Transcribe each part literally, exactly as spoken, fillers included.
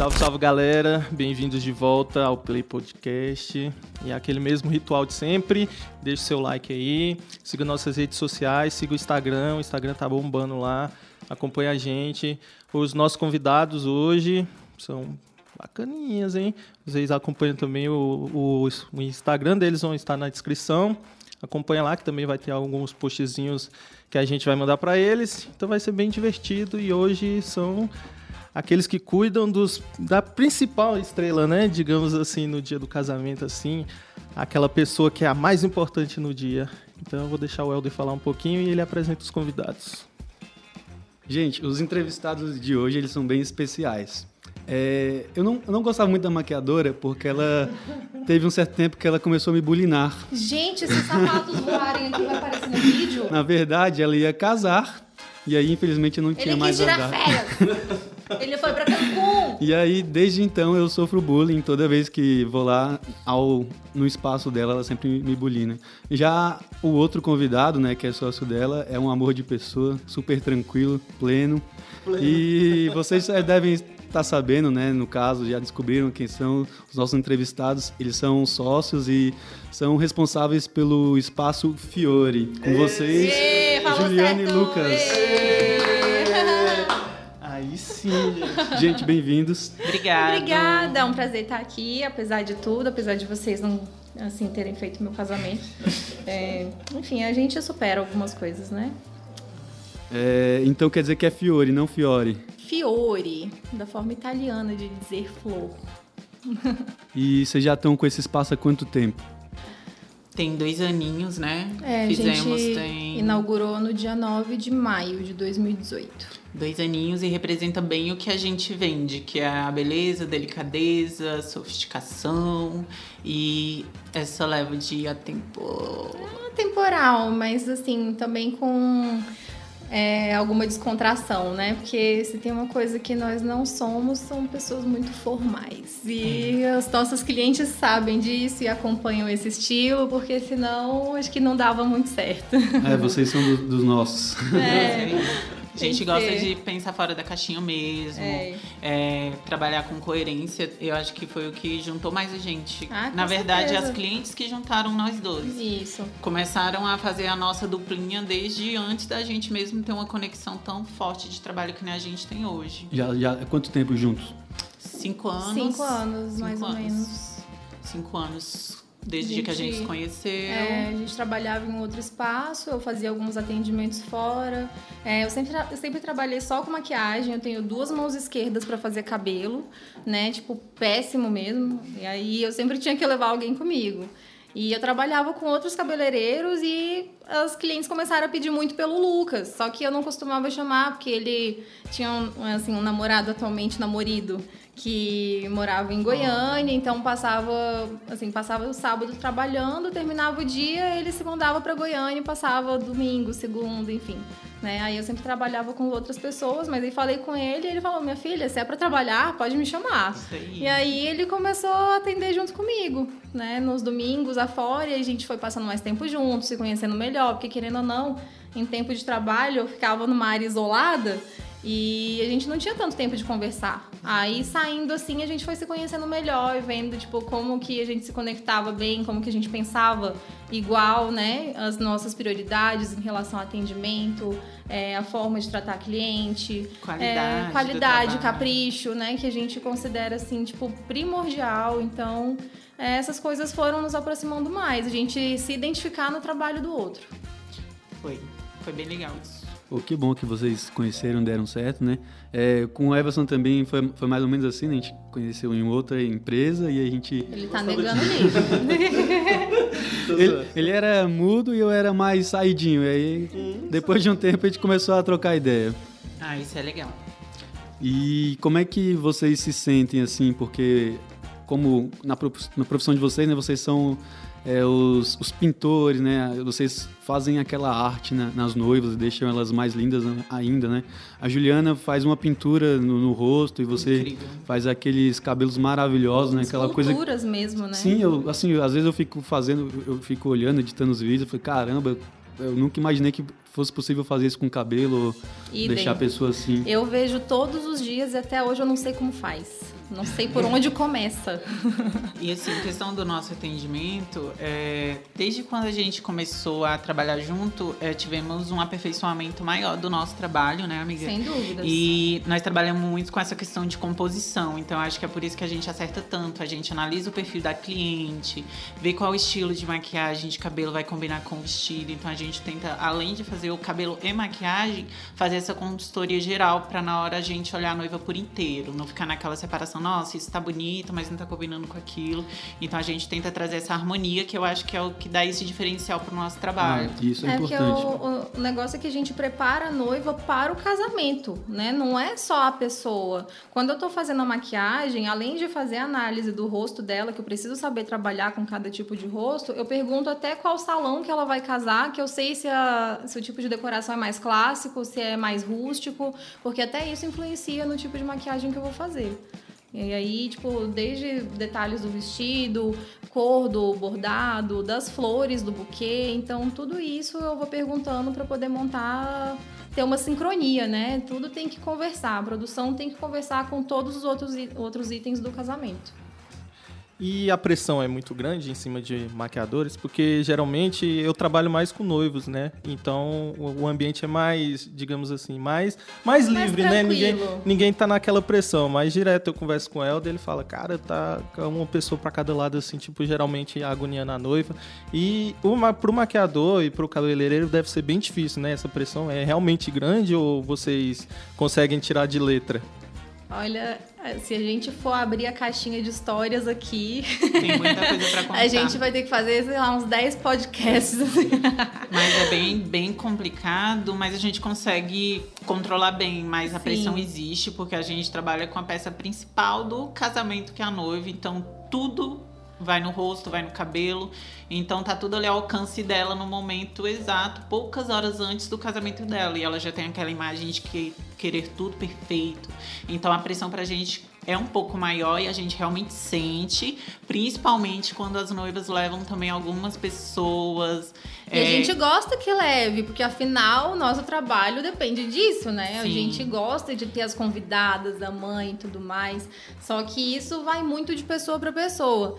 Salve, salve, galera. Bem-vindos de volta ao Play Podcast. E aquele mesmo ritual de sempre. Deixe seu like aí. Siga nossas redes sociais. Siga o Instagram. O Instagram tá bombando lá. Acompanhe a gente. Os nossos convidados hoje são bacaninhas, hein? Vocês acompanham também o, o, o Instagram deles, vão estar na descrição. Acompanha lá que também vai ter alguns postzinhos que a gente vai mandar para eles. Então vai ser bem divertido. E hoje são aqueles que cuidam dos, da principal estrela, né? Digamos assim, no dia do casamento, assim. Aquela pessoa que é a mais importante no dia. Então eu vou deixar o Helder falar um pouquinho e ele apresenta os convidados. Gente, os entrevistados de hoje, eles são bem especiais. É, eu, não, eu não gostava muito da maquiadora porque ela teve um certo tempo que ela começou a me bulinar. Gente, esses sapatos voarem aqui vai aparecer no vídeo? Na verdade, ela ia casar e aí, infelizmente, eu não tinha mais a data. Ele quis tirar férias. Ele foi pra Cancún. E aí, desde então, eu sofro bullying. Toda vez que vou lá ao, no espaço dela, ela sempre me bulina. Já o outro convidado, né, que é sócio dela, é um amor de pessoa, super tranquilo, pleno. pleno. E vocês devem estar sabendo, né, no caso, já descobriram quem são os nossos entrevistados. Eles são sócios e são responsáveis pelo Espaço Fiore. Com vocês, Ê, Juliana certo. e Lucas. Ê. Aí sim, gente. Gente, bem-vindos. Obrigada. Obrigada, é um prazer estar aqui, apesar de tudo, apesar de vocês não assim, terem feito meu casamento. É, enfim, a gente supera algumas coisas, né? É, então quer dizer que é Fiore, não Fiore. Fiore, da forma italiana de dizer flor. E vocês já estão com esse espaço há quanto tempo? Tem dois aninhos, né? É, Fizemos, a gente tem inaugurou no dia nove de maio de dois mil e dezoito. Dois aninhos e representa bem o que a gente vende, que é a beleza, delicadeza, sofisticação e essa leva de atempo... Temporal, mas assim, também com é, alguma descontração, né? Porque se tem uma coisa que nós não somos, são pessoas muito formais. E os nossos clientes sabem disso e acompanham esse estilo, porque senão acho que não dava muito certo. É, vocês são do, dos nossos. É. A gente gosta de pensar fora da caixinha mesmo, É. É, trabalhar com coerência. Eu acho que foi o que juntou mais a gente. Ah, com Na verdade, certeza. as clientes que juntaram nós dois. Isso. Começaram a fazer a nossa duplinha desde antes da gente mesmo ter uma conexão tão forte de trabalho que nem a gente tem hoje. Já, já, há quanto tempo juntos? Cinco anos. Cinco anos, Cinco mais ou anos. menos. Cinco anos. Desde o A dia que a gente- gente se conheceu. É, a gente trabalhava em outro espaço, eu fazia alguns atendimentos fora. É, eu, sempre, eu sempre trabalhei só com maquiagem, eu tenho duas mãos esquerdas para fazer cabelo, né? Tipo, péssimo mesmo. E aí eu sempre tinha que levar alguém comigo. E eu trabalhava com outros cabeleireiros e os clientes começaram a pedir muito pelo Lucas. Só que eu não costumava chamar, porque ele tinha um, assim, um namorado atualmente, namorido, que morava em Goiânia, então passava, assim, passava o sábado trabalhando, terminava o dia, ele se mandava para Goiânia, passava domingo, segunda, enfim, né? Aí eu sempre trabalhava com outras pessoas, mas aí falei com ele e ele falou: minha filha, se é para trabalhar, pode me chamar. Isso aí. E aí ele começou a atender junto comigo, né? Nos domingos afora, e a gente foi passando mais tempo juntos, se conhecendo melhor, porque querendo ou não, em tempo de trabalho eu ficava numa área isolada e a gente não tinha tanto tempo de conversar. Aí, saindo assim, a gente foi se conhecendo melhor e vendo, tipo, como que a gente se conectava bem, como que a gente pensava igual, né? As nossas prioridades em relação ao atendimento, é, a forma de tratar cliente, Qualidade é, do qualidade, trabalho. capricho, né? Que a gente considera, assim, tipo, primordial. Então, é, essas coisas foram nos aproximando mais. A gente se identificar no trabalho do outro. Foi. Foi bem legal isso. Pô, que bom que vocês conheceram, deram certo, né? É, com o Everson também foi, foi mais ou menos assim, né? A gente conheceu em outra empresa e a gente... Ele tá negando o livro. Ele, ele era mudo e eu era mais saidinho. E aí, depois de um tempo, a gente começou a trocar ideia. Ah, isso é legal. E como é que vocês se sentem, assim? Porque, como na prof- na profissão de vocês, né? Vocês são é, os, os pintores, né? Vocês fazem aquela arte na, nas noivas e deixam elas mais lindas ainda, né? A Juliana faz uma pintura no, no rosto e você Incrível. faz aqueles cabelos maravilhosos, né? Aquela coisa... Culturas mesmo, né? Sim, eu, assim, às vezes eu fico fazendo, eu fico olhando, editando os vídeos, eu falei, caramba, eu nunca imaginei que fosse possível fazer isso com o cabelo, Idem. deixar a pessoa assim. Eu vejo todos os dias e até hoje eu não sei como faz. Não sei por onde começa. E assim, questão do nosso atendimento, é, desde quando a gente começou a trabalhar junto, é, tivemos um aperfeiçoamento maior do nosso trabalho, né, amiga? Sem dúvidas. E nós trabalhamos muito com essa questão de composição, então acho que é por isso que a gente acerta tanto. A gente analisa o perfil da cliente, vê qual estilo de maquiagem, de cabelo vai combinar com o vestido. Então a gente tenta, além de fazer o cabelo e maquiagem, fazer essa consultoria geral para na hora a gente olhar a noiva por inteiro, não ficar naquela separação. Nossa, isso tá bonito, mas não tá combinando com aquilo. Então a gente tenta trazer essa harmonia, que eu acho que é o que dá esse diferencial pro nosso trabalho. Ah, isso é, é importante. Porque o, o negócio é que a gente prepara a noiva para o casamento, né? Não é só a pessoa. Quando eu tô fazendo a maquiagem, além de fazer a análise do rosto dela, que eu preciso saber trabalhar com cada tipo de rosto, eu pergunto até qual salão que ela vai casar, que eu sei se, a, se o tipo de decoração é mais clássico, se é mais rústico, porque até isso influencia no tipo de maquiagem que eu vou fazer. E aí, tipo, desde detalhes do vestido, cor do bordado, das flores do buquê. Então, tudo isso eu vou perguntando para poder montar, ter uma sincronia, né? Tudo tem que conversar. A produção tem que conversar com todos os outros, outros itens do casamento. E a pressão é muito grande em cima de maquiadores, porque geralmente eu trabalho mais com noivos, né? Então o ambiente é mais, digamos assim, mais, mais, mais livre, tranquilo, né? Ninguém, ninguém tá naquela pressão. Mas direto eu converso com o Helder, ele fala, cara, tá uma pessoa pra cada lado, assim, tipo, geralmente agoniando a noiva. E uma, pro maquiador e pro cabeleireiro deve ser bem difícil, né? Essa pressão é realmente grande ou vocês conseguem tirar de letra? Olha, se a gente for abrir a caixinha de histórias aqui... Tem muita coisa pra contar. A gente vai ter que fazer, sei lá, uns dez podcasts. Mas é bem, bem complicado, mas a gente consegue controlar bem. Mas a Sim. pressão existe, porque a gente trabalha com a peça principal do casamento, que é a noiva. Então, tudo vai no rosto, vai no cabelo. Então, tá tudo ali ao alcance dela no momento exato, poucas horas antes do casamento dela. E ela já tem aquela imagem de que querer tudo perfeito. Então, a pressão pra gente é um pouco maior e a gente realmente sente, principalmente quando as noivas levam também algumas pessoas. E é... a gente gosta que leve, porque afinal o nosso trabalho depende disso, né? Sim. A gente gosta de ter as convidadas, a mãe e tudo mais. Só que isso vai muito de pessoa para pessoa.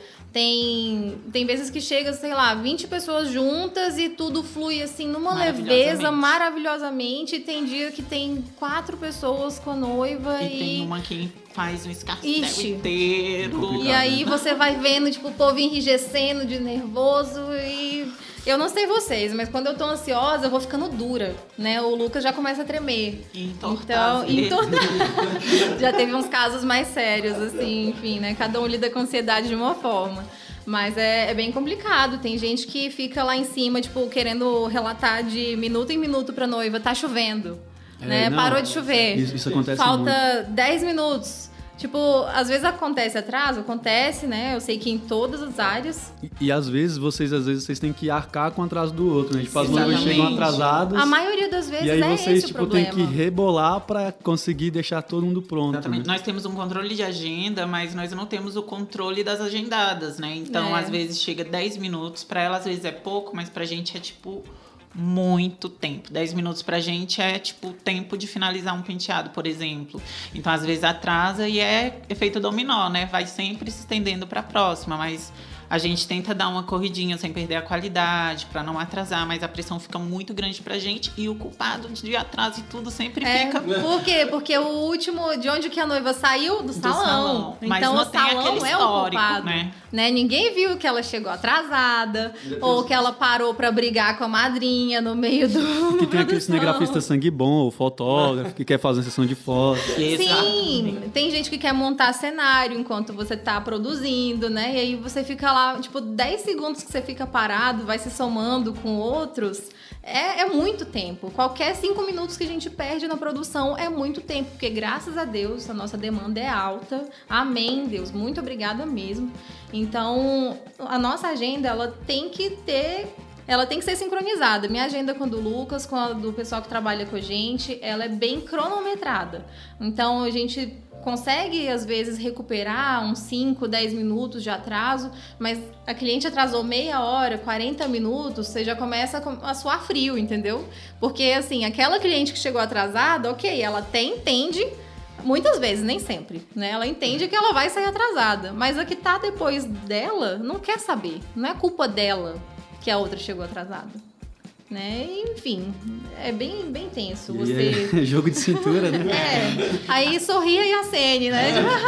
Tem, tem vezes que chega, sei lá, vinte pessoas juntas e tudo flui assim numa leveza, maravilhosamente. E tem dia que tem quatro pessoas com a noiva e... E tem uma que faz um escarcel inteiro. E aí você vai vendo, tipo, o povo enrijecendo de nervoso e... Eu não sei vocês, mas quando eu tô ansiosa, eu vou ficando dura, né? O Lucas já começa a tremer. Entortar. Então, entortar. Já teve uns casos mais sérios, assim, enfim, né? Cada um lida com ansiedade de uma forma. Mas é, é bem complicado. Tem gente que fica lá em cima, tipo, querendo relatar de minuto em minuto pra noiva, tá chovendo, é, né? Não, parou de chover. Isso, isso acontece Falta muito. dez minutos. Tipo, às vezes acontece atraso, acontece, né? Eu sei que em todas as áreas. E, e às vezes, vocês às vezes vocês têm que arcar com o atraso do outro, né? Tipo, as noivas chegam atrasadas. A maioria das vezes e aí é vocês, esse tipo, o problema. tem que rebolar pra conseguir deixar todo mundo pronto. Exatamente. Né? Nós temos um controle de agenda, mas nós não temos o controle das agendadas, né? Então, É. às vezes, chega dez minutos. Pra ela, às vezes, é pouco, mas pra gente é, tipo... muito tempo. dez minutos pra gente é tipo o tempo de finalizar um penteado, por exemplo. Então, às vezes atrasa e é efeito dominó, né? Vai sempre se estendendo pra próxima, mas a gente tenta dar uma corridinha sem perder a qualidade, pra não atrasar, mas a pressão fica muito grande pra gente e o culpado de atraso e tudo sempre É, fica... por quê? Porque o último, de onde que a noiva saiu? Do, Do salão. salão. Mas Então não o tem salão aquele é o histórico, culpado. né? Né? Ninguém viu que ela chegou atrasada, ou que ela parou pra brigar com a madrinha no meio do... Que tem aquele cinegrafista sangue bom, o fotógrafo, que quer fazer uma sessão de foto. Sim, tem gente que quer montar cenário enquanto você tá produzindo, né? E aí você fica lá, tipo, dez segundos que você fica parado, vai se somando com outros, é, é muito tempo. Qualquer cinco minutos que a gente perde na produção é muito tempo, porque graças a Deus a nossa demanda é alta. Amém, Deus, muito obrigada mesmo. Então, a nossa agenda, ela tem que ter ela tem que ser sincronizada. Minha agenda com a do Lucas, com a do pessoal que trabalha com a gente, ela é bem cronometrada. Então, a gente consegue, às vezes, recuperar uns cinco, dez minutos de atraso, mas a cliente atrasou meia hora, quarenta minutos, você já começa a suar frio, entendeu? Porque, assim, aquela cliente que chegou atrasada, ok, ela até entende, muitas vezes, nem sempre, né? Ela entende que ela vai sair atrasada, mas a que tá depois dela não quer saber, não é culpa dela que a outra chegou atrasada. Né? Enfim, é bem, bem tenso. Você... É jogo de cintura, né? É, aí sorria e acene, né?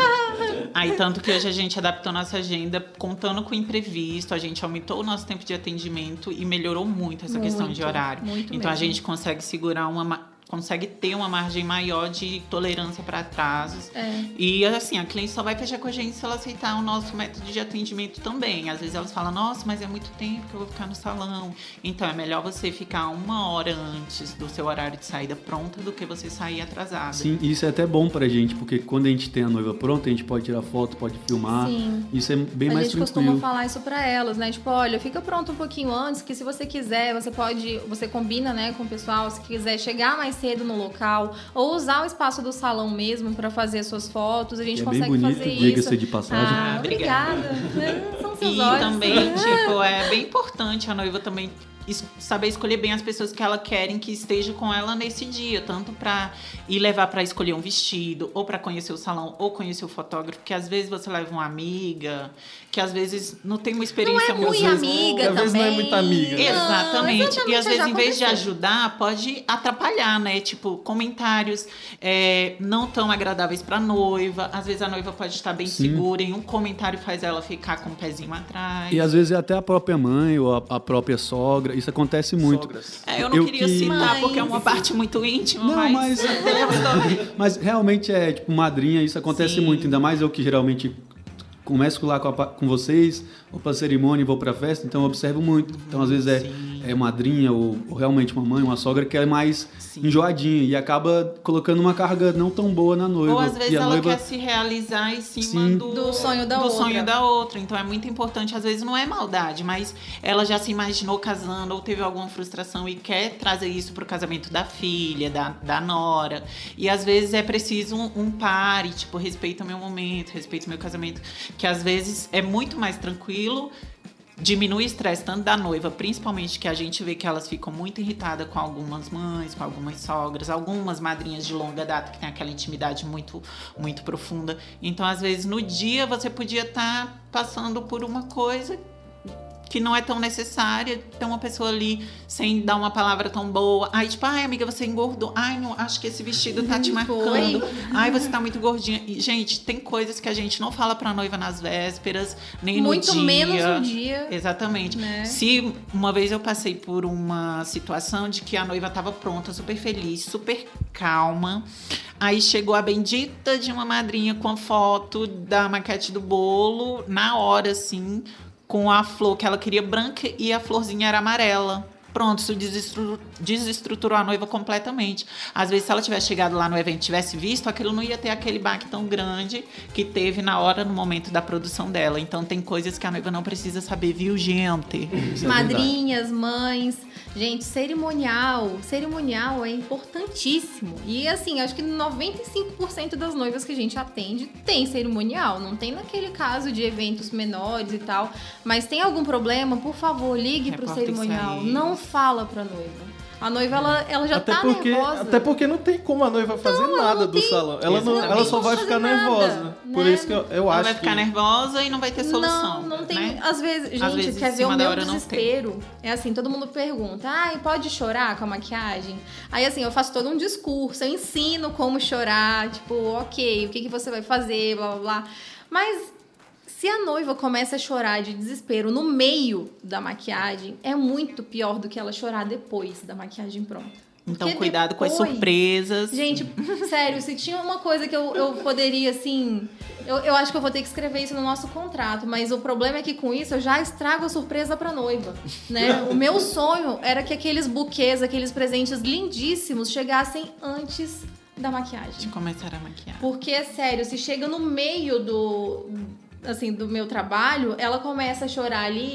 É. Aí, tanto que hoje a gente adaptou nossa agenda, contando com o imprevisto, a gente aumentou o nosso tempo de atendimento e melhorou muito essa muito, questão de horário. Muito então, mesmo. a gente consegue segurar uma... consegue ter uma margem maior de tolerância para atrasos. É. E, assim, a cliente só vai fechar com a gente se ela aceitar o nosso método de atendimento também. Às vezes elas falam, nossa, mas é muito tempo que eu vou ficar no salão. Então, é melhor você ficar uma hora antes do seu horário de saída pronta do que você sair atrasada. Sim, isso é até bom pra gente, porque quando a gente tem a noiva pronta, a gente pode tirar foto, pode filmar. Sim. Isso é bem a mais gente tranquilo. costuma falar isso pra elas, né? Tipo, olha, fica pronto um pouquinho antes, que se você quiser, você pode, você combina, né, com o pessoal, se quiser chegar mais cedo no local, ou usar o espaço do salão mesmo pra fazer as suas fotos, a gente é consegue bem bonito, fazer isso. diga-se de passagem. Ah, obrigada. obrigada. São seus E olhos. também, tipo, é bem importante a noiva também es- saber escolher bem as pessoas que ela querem que esteja com ela nesse dia, tanto pra ir levar pra escolher um vestido, ou pra conhecer o salão, ou conhecer o fotógrafo, que às vezes você leva uma amiga, que às vezes não tem uma experiência Não é muito muito... amiga às vezes não é também. muita amiga, né? Exatamente. Não, exatamente, E às já vezes, em vez de aconteceu. ajudar, pode atrapalhar, né? Tipo, comentários é, não tão agradáveis pra noiva. Às vezes a noiva pode estar bem Sim. segura e um comentário faz ela ficar com o pezinho atrás. E às vezes é até a própria mãe ou a, a própria sogra. Isso acontece muito. Sogras. É, eu não Eu queria que- citar Mãe. porque é uma parte muito íntima, Não, mas... mas- temos também. Mas realmente é, tipo, madrinha, isso acontece Sim. muito. Ainda mais eu que geralmente começo lá com, a, com vocês, vou pra cerimônia e vou pra festa, então eu observo muito. Então, às vezes, é, Sim. é madrinha ou, ou realmente uma mãe, uma sogra que é mais Sim. enjoadinha e acaba colocando uma carga não tão boa na noiva. Ou às vezes e a ela noiva... quer se realizar em cima Sim. do, Do sonho da do outra. sonho da outra. Então é muito importante, às vezes não é maldade, mas ela já se imaginou casando ou teve alguma frustração e quer trazer isso pro casamento da filha, da, da nora. E às vezes é preciso um, um pare, tipo, respeita o meu momento, respeita o meu casamento, que às vezes é muito mais tranquilo. Diminui o estresse tanto da noiva, principalmente que a gente vê que elas ficam muito irritadas com algumas mães, com algumas sogras, algumas madrinhas de longa data que tem aquela intimidade muito, muito profunda. Então, às vezes, no dia você podia estar passando por uma coisa que não é tão necessária, ter uma pessoa ali sem dar uma palavra tão boa. Ai, tipo, ai, amiga, você engordou. Ai, não, acho que esse vestido tá te marcando. Foi. Ai, você tá muito gordinha. E, gente, tem coisas que a gente não fala pra noiva nas vésperas, nem Muito no dia. menos no dia. Exatamente. Né? Se uma vez eu passei por uma situação de que a noiva tava pronta, super feliz, super calma. Aí chegou a bendita de uma madrinha com a foto da maquete do bolo, na hora, assim, com a flor que ela queria branca e a florzinha era amarela. Pronto, isso desestru- desestruturou a noiva completamente. Às vezes, se ela tivesse chegado lá no evento e tivesse visto, aquilo não ia ter aquele baque tão grande que teve na hora, no momento da produção dela. Então, tem coisas que a noiva não precisa saber, viu, gente? Isso é Madrinhas, mães. Gente, cerimonial. Cerimonial é importantíssimo. E assim, acho que noventa e cinco por cento das noivas que a gente atende tem cerimonial. Não tem naquele caso de eventos menores e tal. Mas tem algum problema, por favor, ligue pro Reporta isso cerimonial. aí. Não fala pra noiva. A noiva, ela, ela já até tá porque, nervosa. Até porque não tem como a noiva fazer ela nada não do tem- salão. Ela, não, Exatamente. ela só vai Não ficar fazer nervosa. nada, Por né? isso que eu, eu Ela acho vai que... ficar nervosa e não vai ter solução. Não, não tem. né? Às vezes, gente, Às vezes, quer em ver o cima da meu hora não tem. desespero? É assim, todo mundo pergunta, ai, pode chorar com a maquiagem? Aí assim, eu faço todo um discurso, eu ensino como chorar, tipo, ok, o que, que você vai fazer, blá blá blá. Mas se a noiva começa a chorar de desespero no meio da maquiagem, é muito pior do que ela chorar depois da maquiagem pronta. Então, Porque cuidado com as depois- surpresas. Gente, sério, se tinha uma coisa que eu, eu poderia, assim... Eu, eu acho que eu vou ter que escrever isso no nosso contrato, mas o problema é que com isso eu já estrago a surpresa pra noiva, né? O meu sonho era que aqueles buquês, aqueles presentes lindíssimos chegassem antes da de maquiagem. começar a maquiar. Porque, sério, se chega no meio do... assim, do meu trabalho, ela começa a chorar ali,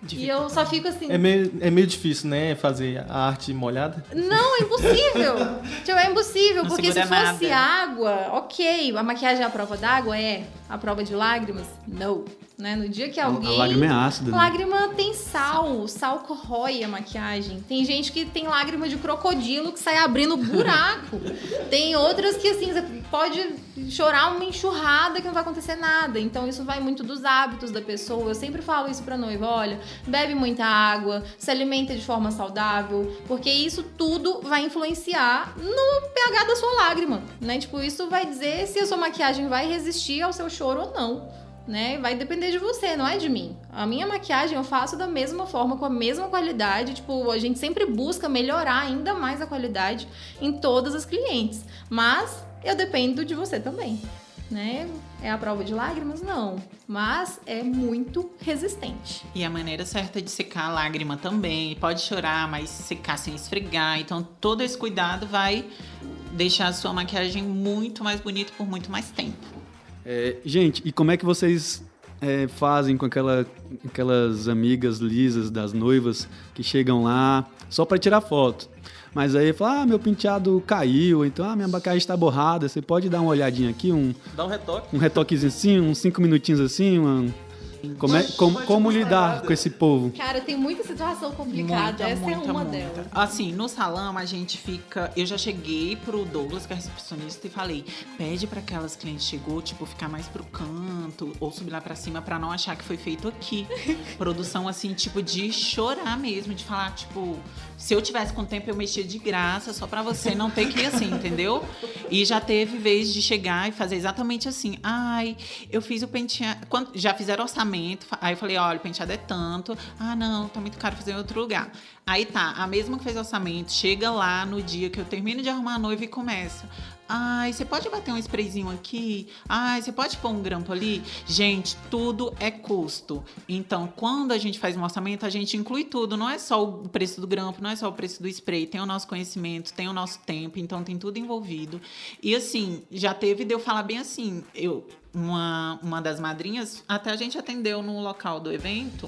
E eu só fico assim... É meio, é meio difícil, né, fazer a arte molhada? Não, é impossível. Tipo, é impossível, Não porque se segura fosse nada. água, ok. A maquiagem é a prova d'água? É. A prova de lágrimas? Não. Né? No dia que A, alguém... a lágrima é ácida. Né? Lágrima tem sal. O sal corrói a maquiagem. Tem gente que tem lágrima de crocodilo que sai abrindo buraco. Tem outras que, assim, você pode chorar uma enxurrada que não vai acontecer nada. Então, isso vai muito dos hábitos da pessoa. Eu sempre falo isso pra noiva. Olha, bebe muita água, se alimenta de forma saudável, porque isso tudo vai influenciar no pH da sua lágrima, né? Tipo, isso vai dizer se a sua maquiagem vai resistir ao seu choro ou não, né? Vai depender de você, não é de mim. A minha maquiagem eu faço da mesma forma, com a mesma qualidade. Tipo, a gente sempre busca melhorar ainda mais a qualidade em todas as clientes. Mas eu dependo de você também, né? É a prova de lágrimas? Não. Mas é muito resistente. E a maneira certa de secar a lágrima também. Pode chorar, mas secar sem esfregar. Então, todo esse cuidado vai deixar a sua maquiagem muito mais bonita por muito mais tempo. É, gente, e como é que vocês é, fazem com aquela, aquelas amigas lisas das noivas que chegam lá só para tirar foto? Mas aí fala, ah, meu penteado caiu, então ah, minha maquiagem está borrada, você pode dar uma olhadinha aqui, um, Dá um retoque. um retoquezinho assim, uns cinco minutinhos assim, uma... Como, é, como, como lidar com esse povo? Cara, tem muita situação complicada. Muita, Essa muita, é uma muita. delas. Assim, no salão a gente fica... Eu já cheguei pro Douglas, que é recepcionista, e falei, pede pra aquelas clientes que chegou, tipo, ficar mais pro canto ou subir lá pra cima pra não achar que foi feito aqui. Produção, assim, tipo, de chorar mesmo, de falar, tipo... Se eu tivesse com tempo, eu mexia de graça, só pra você não ter que ir assim, entendeu? E já teve vez de chegar e fazer exatamente assim. Ai, eu fiz o penteado... Quando já fizeram orçamento, aí eu falei, olha, o penteado é tanto. Ah, não, tá muito caro fazer em outro lugar. Aí tá, a mesma que fez orçamento, chega lá no dia que eu termino de arrumar a noiva e começa. Ai, você pode bater um sprayzinho aqui? Ai, você pode pôr um grampo ali? Gente, tudo é custo. Então, quando a gente faz um orçamento, a gente inclui tudo. Não é só o preço do grampo, não é só o preço do spray. Tem o nosso conhecimento, tem o nosso tempo. Então, tem tudo envolvido. E, assim, já teve de eu falar bem assim. Eu, uma, uma das madrinhas, até a gente atendeu no local do evento...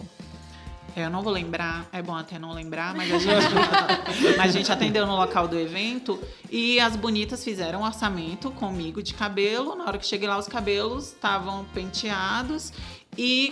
É, eu não vou lembrar, é bom até não lembrar, mas a, gente, mas a gente atendeu no local do evento e as bonitas fizeram um orçamento comigo de cabelo. Na hora que cheguei lá, os cabelos estavam penteados e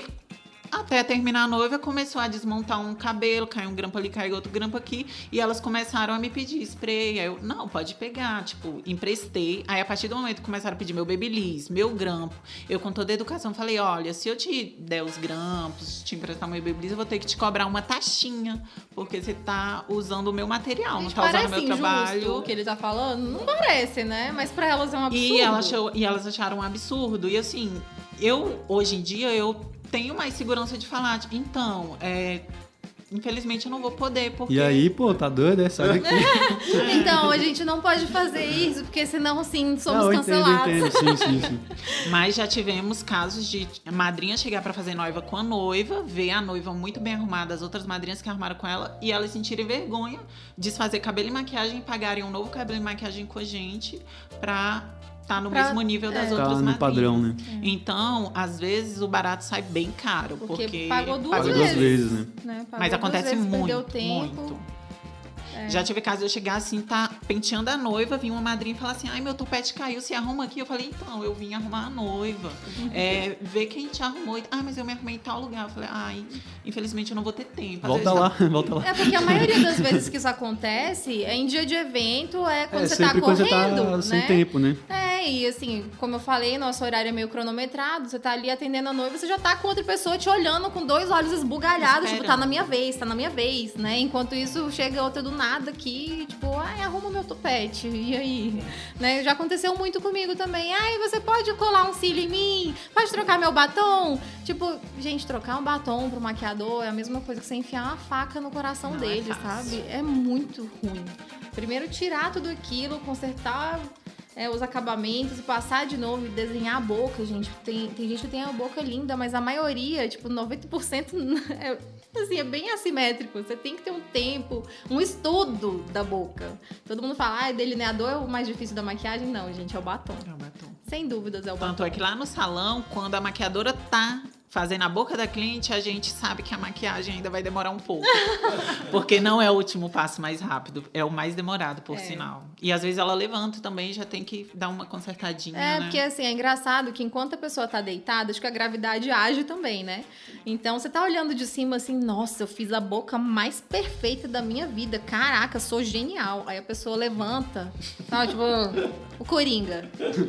até terminar a noiva começou a desmontar um cabelo, caiu um grampo ali, caiu outro grampo aqui e elas começaram a me pedir spray. Aí eu, não, pode pegar, tipo, emprestei. Aí a partir do momento que começaram a pedir meu babyliss, meu grampo, eu com toda a educação falei, olha, se eu te der os grampos, te emprestar meu babyliss, eu vou ter que te cobrar uma taxinha, porque você tá usando o meu material, não tá usando o meu trabalho. O que ele tá falando? Não parece, né? Mas pra elas é um absurdo. E elas, e elas acharam um absurdo. E assim, eu, hoje em dia, eu tenho mais segurança de falar, tipo, então, é, infelizmente eu não vou poder, porque... E aí, pô, tá doido, é? Sai daqui. Então, a gente não pode fazer isso, porque senão, assim, somos não, eu cancelados. Entendo, entendo, sim, sim, sim. Mas já tivemos casos de madrinha chegar pra fazer noiva com a noiva, ver a noiva muito bem arrumada, as outras madrinhas que arrumaram com ela, e elas sentirem vergonha de fazer cabelo e maquiagem e pagarem um novo cabelo e maquiagem com a gente pra... tá no pra, mesmo nível das é. outras tá no madrinhas. Padrão, né? Então, às vezes, o barato sai bem caro. Porque, porque pagou duas pagou vezes. Duas vezes né? né? Mas acontece vezes, muito, tempo. muito. É. Já tive caso de eu chegar assim, tá penteando a noiva, vinha uma madrinha e falar assim, ai, meu topete caiu, você arruma aqui? Eu falei, então, eu vim arrumar a noiva. É, ver quem te arrumou. Ah, mas eu me arrumei em tal lugar. Eu falei, ai, infelizmente eu não vou ter tempo. Às volta vezes, lá, tá... volta lá. É porque a maioria das vezes que isso acontece é em dia de evento, é quando é, você tá correndo, quando você tá né? sem tempo, né? É, e assim, como eu falei, nosso horário é meio cronometrado, você tá ali atendendo a noiva, você já tá com outra pessoa te olhando com dois olhos esbugalhados, tipo, tá na minha vez, tá na minha vez, né? Enquanto isso, chega outra do nada aqui, tipo, ai, arruma meu topete, e aí? Né? Já aconteceu muito comigo também, ai, você pode colar um cílio em mim? Pode trocar meu batom? Tipo, gente, trocar um batom pro maquiador é a mesma coisa que você enfiar uma faca no coração Não dele, é fácil. sabe? É muito ruim. Primeiro tirar tudo aquilo, consertar... É, os acabamentos e passar de novo e desenhar a boca, gente. Tem, tem gente que tem a boca linda, mas a maioria, tipo, noventa por cento é, assim, é bem assimétrico. Você tem que ter um tempo, um estudo da boca. Todo mundo fala, ah, delineador é o mais difícil da maquiagem. Não, gente, é o batom. É o batom. Sem dúvidas, é o batom. Tanto é que lá no salão, quando a maquiadora tá fazer na boca da cliente, a gente sabe que a maquiagem ainda vai demorar um pouco. Porque não é o último passo mais rápido, é o mais demorado, por é. sinal. E às vezes ela levanta também, já tem que dar uma consertadinha, É, né? porque assim, é engraçado que enquanto a pessoa tá deitada, acho que a gravidade age também, né? Então você tá olhando de cima assim, nossa, eu fiz a boca mais perfeita da minha vida. Caraca, sou genial. Aí a pessoa levanta, sabe? Tipo, o Coringa.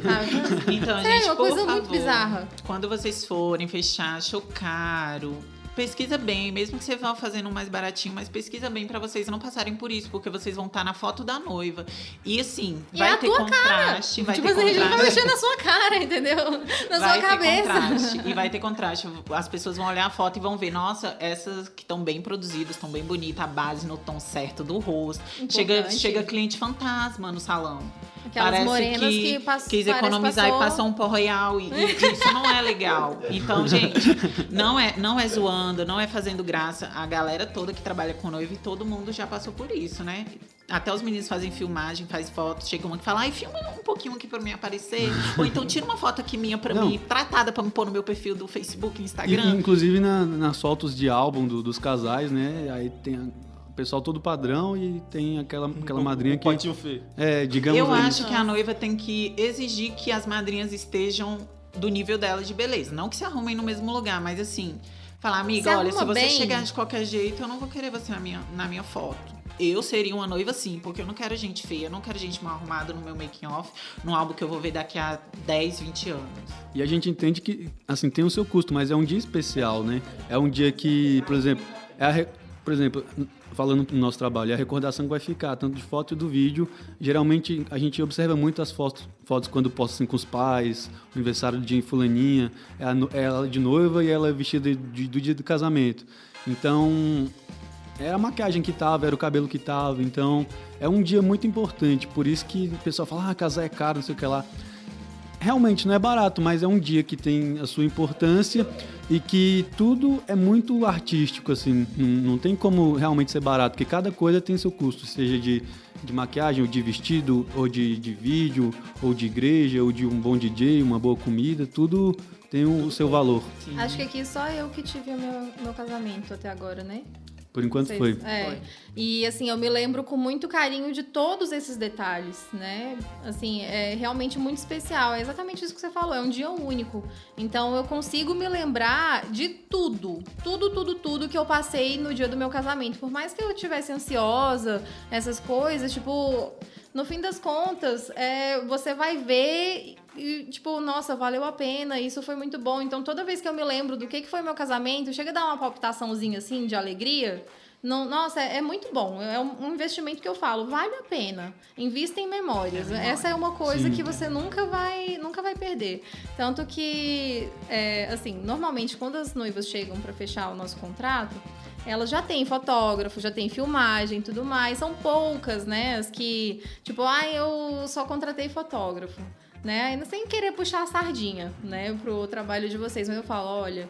Sabe? Então, é gente, uma por coisa favor, muito bizarra. Quando vocês forem fechar, achou caro, pesquisa bem, mesmo que você vá fazendo um mais baratinho, mas pesquisa bem pra vocês não passarem por isso, porque vocês vão estar na foto da noiva. E assim, e vai é ter tua contraste, cara. vai tipo ter assim, contraste. a gente vai mexer na sua cara, entendeu? Na vai sua cabeça. Ter contraste, e vai ter contraste. As pessoas vão olhar a foto e vão ver, nossa, essas que estão bem produzidas, estão bem bonitas, a base no tom certo do rosto. Chega, chega cliente fantasma no salão. Aquelas Parece morenas que, que pass- quis economizar passou... e passou um pó royal. E, e isso não é legal. Então, gente, não é, não é zoando, não é fazendo graça. A galera toda que trabalha com noiva e todo mundo já passou por isso, né? Até os meninos fazem filmagem, faz fotos, chega uma que fala, ai, filma um pouquinho aqui pra mim aparecer. Ou então tira uma foto aqui minha pra não. mim, tratada pra me pôr no meu perfil do Facebook e Instagram. E, inclusive na, nas fotos de álbum do, dos casais, né? Aí tem o pessoal todo padrão e tem aquela, aquela madrinha que... Potinho feio. É, digamos... Eu aí, acho que a noiva tem que exigir que as madrinhas estejam do nível dela de beleza. Não que se arrumem no mesmo lugar, mas assim... Falar, amiga, se olha, se você bem. chegar de qualquer jeito, eu não vou querer você na minha, na minha foto. Eu seria uma noiva sim, porque eu não quero gente feia, eu não quero gente mal arrumada no meu making off, num álbum que eu vou ver daqui a dez, vinte anos. E a gente entende que, assim, tem o seu custo, mas é um dia especial, né? É um dia que, por exemplo, é a re... por exemplo, falando no nosso trabalho, é a recordação que vai ficar, tanto de foto e do vídeo. Geralmente, a gente observa muito as fotos, fotos quando posta assim, com os pais, o aniversário de fulaninha, é, a, é ela de noiva e ela vestida de, do dia do casamento. Então, é a maquiagem que tava, era o cabelo que tava. Então, é um dia muito importante. Por isso que o pessoal fala, ah, casar é caro, não sei o que lá. Realmente não é barato, mas é um dia que tem a sua importância e que tudo é muito artístico, assim, não, não tem como realmente ser barato, porque cada coisa tem seu custo, seja de, de maquiagem, ou de vestido, ou de, de vídeo, ou de igreja, ou de um bom D J, uma boa comida, tudo tem o seu valor. Sim. Acho que aqui só eu que tive o meu, meu casamento até agora, né? Por enquanto Vocês, foi. É. foi. E assim, eu me lembro com muito carinho de todos esses detalhes, né? Assim, é realmente muito especial. É exatamente isso que você falou, é um dia único. Então eu consigo me lembrar de tudo. Tudo, tudo, tudo que eu passei no dia do meu casamento. Por mais que eu estivesse ansiosa, essas coisas, tipo... No fim das contas, é, você vai ver e, tipo, nossa, valeu a pena, isso foi muito bom. Então, toda vez que eu me lembro do que, que foi meu casamento, chega a dar uma palpitaçãozinha, assim, de alegria. Não, nossa, é, é muito bom. É um, um investimento que eu falo, vale a pena. Invista em memórias. É Essa é uma coisa Sim. que você nunca vai, nunca vai perder. Tanto que, é, assim, normalmente, quando as noivas chegam para fechar o nosso contrato... Elas já têm fotógrafo, já tem filmagem e tudo mais. São poucas, né? As que, tipo, ah, eu só contratei fotógrafo, né? Ainda sem querer puxar a sardinha, né? Pro trabalho de vocês. Mas eu falo, olha,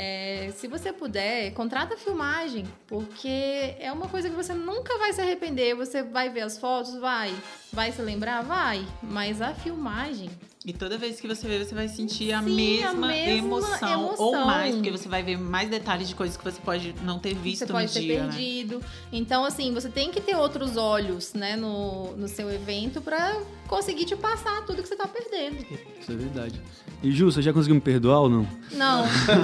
é, se você puder, contrata filmagem. Porque é uma coisa que você nunca vai se arrepender. Você vai ver as fotos, vai. Vai se lembrar? Vai. Mas a filmagem... E toda vez que você vê, você vai sentir a, Sim, mesma, a mesma emoção, emoção. ou mais, porque você vai ver mais detalhes de coisas que você pode não ter visto você pode no ter dia, perdido. Né? Então, assim, você tem que ter outros olhos, né, no, no seu evento pra conseguir te passar tudo que você tá perdendo. Isso é verdade. E Ju, você já conseguiu me perdoar ou não? Não.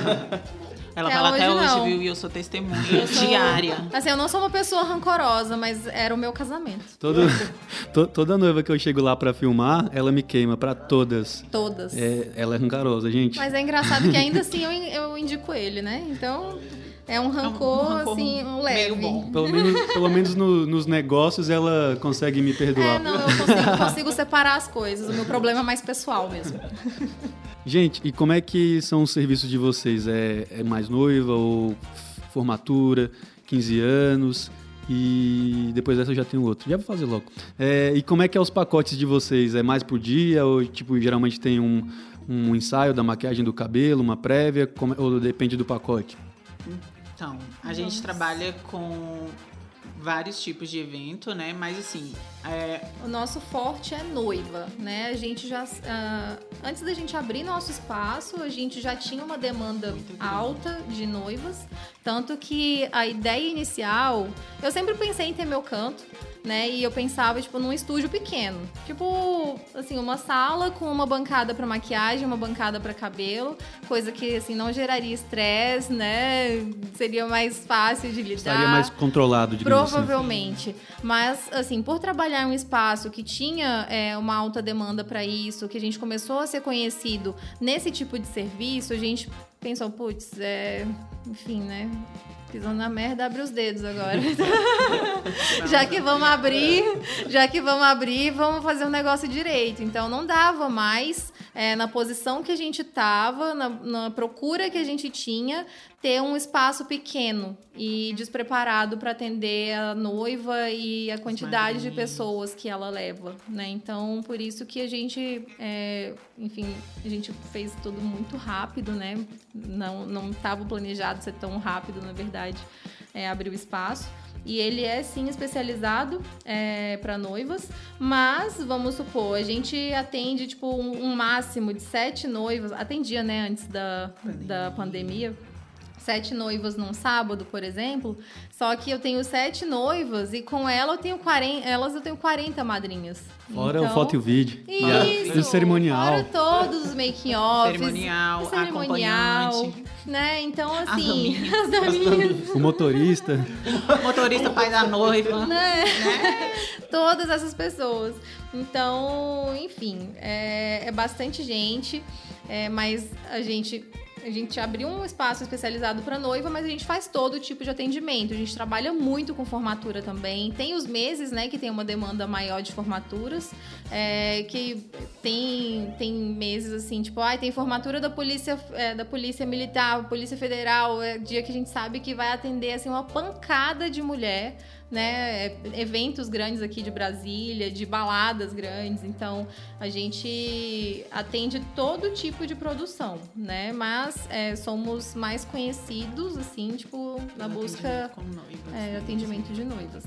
Ela até fala hoje, até hoje, não. viu? E eu sou testemunha Eu sou- diária. Assim, eu não sou uma pessoa rancorosa, mas era o meu casamento. Todo, to- toda noiva que eu chego lá pra filmar, ela me queima, pra todas. Todas. É, ela é rancarosa, gente. Mas é engraçado que ainda assim eu, in- eu indico ele, né? Então, é um rancor, um rancor assim, um meio leve. bom. Pelo menos, pelo menos no- nos negócios ela consegue me perdoar. É, não, eu consigo, consigo separar as coisas. O meu problema é mais pessoal mesmo. Gente, e como é que são os serviços de vocês? É, é mais noiva ou f- formatura, quinze anos? E depois dessa eu já tenho outro. Já vou fazer logo. É, e como é que é os pacotes de vocês? É mais por dia? Ou tipo, geralmente tem um, um ensaio da maquiagem do cabelo, uma prévia? Como- ou depende do pacote? Então, a gente trabalha com vários tipos de evento, né? Mas assim, é... o nosso forte é noiva, né? A gente já, uh, antes da gente abrir nosso espaço, a gente já tinha uma demanda alta de noivas, tanto que a ideia inicial, eu sempre pensei em ter meu canto, né? E eu pensava, tipo, num estúdio pequeno. Tipo, assim, uma sala com uma bancada para maquiagem, uma bancada para cabelo, coisa que, assim, não geraria estresse, né? Seria mais fácil de lidar. Estaria mais controlado, digamos Provavelmente. assim. Mas, assim, por trabalhar em um espaço que tinha é, uma alta demanda para isso, que a gente começou a ser conhecido nesse tipo de serviço, a gente pensou, putz, é... enfim, né? Pisando na merda, abre os dedos agora. já que vamos abrir, já que vamos abrir, vamos fazer um negócio direito. Então, não dava mais, é, na posição que a gente estava, na, na procura que a gente tinha, ter um espaço pequeno e despreparado para atender a noiva e a quantidade de pessoas que ela leva, né? Então, por isso que a gente, é, enfim, a gente fez tudo muito rápido, né? Não não estava planejado ser tão rápido, na verdade, é, abrir o espaço. E ele é, sim, especializado é, para noivas, mas, vamos supor, a gente atende, tipo, um, um máximo de sete noivas, atendia, né, antes da pandemia. da pandemia, sete noivas num sábado, por exemplo, só que eu tenho sete noivas e com ela eu tenho quarenta, elas eu tenho quarenta madrinhas. Fora então, o foto e o vídeo. Isso, o cerimonial. Fora todos os making-offs. Cerimonial, cerimonial, acompanhante. Né? Então, assim... As daminhas. O motorista. O motorista, pai da noiva. Né? né? Todas essas pessoas. Então, enfim, é, é bastante gente, é, mas a gente... A gente abriu um espaço especializado para noiva, mas a gente faz todo tipo de atendimento. A gente trabalha muito com formatura também. Tem os meses, né, que tem uma demanda maior de formaturas, é, que tem, tem meses assim, tipo, ah, tem formatura da polícia, é, da polícia militar, polícia federal, é dia que a gente sabe que vai atender assim uma pancada de mulher, né, eventos grandes aqui de Brasília, de baladas grandes, então a gente atende todo tipo de produção, né, mas é, somos mais conhecidos, assim, tipo, na Pelo busca atendimento com noivas, é, né? atendimento de noivas.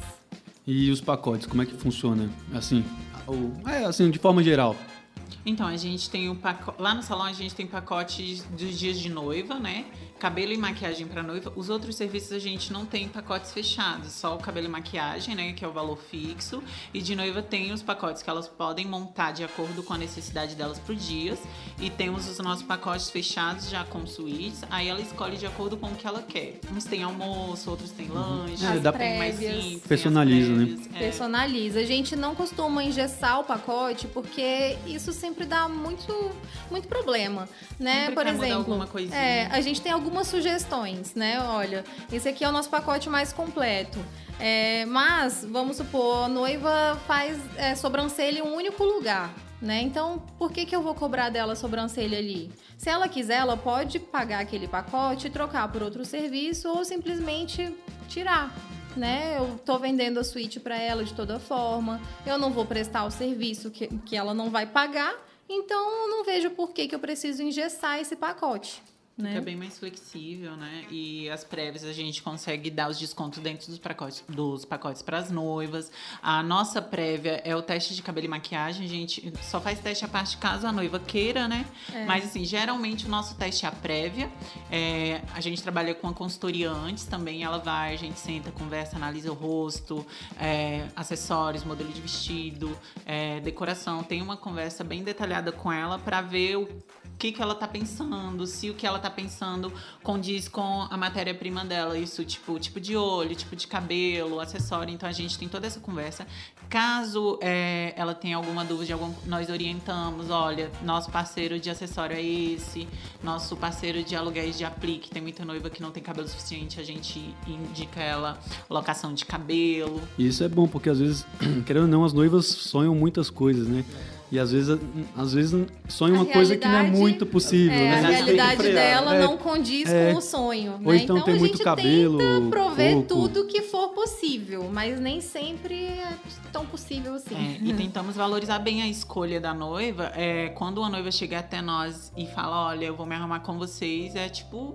E os pacotes, como é que funciona? Assim, ou, é, assim, de forma geral. Então, a gente tem o pacote... Lá no salão, a gente tem pacotes dos dias de noiva, né? Cabelo e maquiagem para noiva. Os outros serviços a gente não tem pacotes fechados, só o cabelo e maquiagem, né, que é o valor fixo. E de noiva tem os pacotes que elas podem montar de acordo com a necessidade delas por dias. E temos os nossos pacotes fechados já com suítes. Aí ela escolhe de acordo com o que ela quer. Uns tem almoço, outros tem lanche, As dá tem mais prévias. simples, tem Personaliza, as né? prévias, é. Personaliza. A gente não costuma engessar o pacote porque isso sempre dá muito, muito problema, né? Sempre Por quer mudar exemplo, alguma coisinha. é, a gente tem algumas sugestões, né? Olha, esse aqui é o nosso pacote mais completo. É, mas, vamos supor, a noiva faz é, sobrancelha em um único lugar, né? Então, por que que eu vou cobrar dela a sobrancelha ali? Se ela quiser, ela pode pagar aquele pacote, trocar por outro serviço ou simplesmente tirar. Né? Eu tô vendendo a suíte para ela de toda forma, eu não vou prestar o serviço que, que ela não vai pagar, então eu não vejo por que que eu preciso engessar esse pacote. Né? Fica bem mais flexível, né? E as prévias a gente consegue dar os descontos dentro dos pacotes, dos pacotes para as noivas. A nossa prévia é o teste de cabelo e maquiagem. A gente só faz teste à parte caso a noiva queira, né? É. Mas, assim, geralmente o nosso teste é a prévia. É, a gente trabalha com a consultoria antes também. Ela vai, a gente senta, conversa, analisa o rosto, é, acessórios, modelo de vestido, é, decoração. Tem uma conversa bem detalhada com ela para ver o O que, que ela tá pensando, se o que ela tá pensando condiz com a matéria-prima dela, isso, tipo, tipo de olho, tipo de cabelo, acessório. Então, a gente tem toda essa conversa. Caso é, ela tenha alguma dúvida, de algum, nós orientamos, olha, nosso parceiro de acessório é esse, nosso parceiro de aluguéis de aplique, tem muita noiva que não tem cabelo suficiente, a gente indica ela locação de cabelo. Isso é bom, porque às vezes, querendo ou não, as noivas sonham muitas coisas, né? E às vezes, às vezes sonha uma coisa que não é muito possível, é, né? A realidade dela é, não condiz é, com o sonho. Ou né? então, então tem a muito gente cabelo, tenta prover pouco. tudo que for possível, mas nem sempre é tão possível assim. É, e tentamos valorizar bem a escolha da noiva. É, quando uma noiva chega até nós e fala, olha, eu vou me arrumar com vocês, é tipo...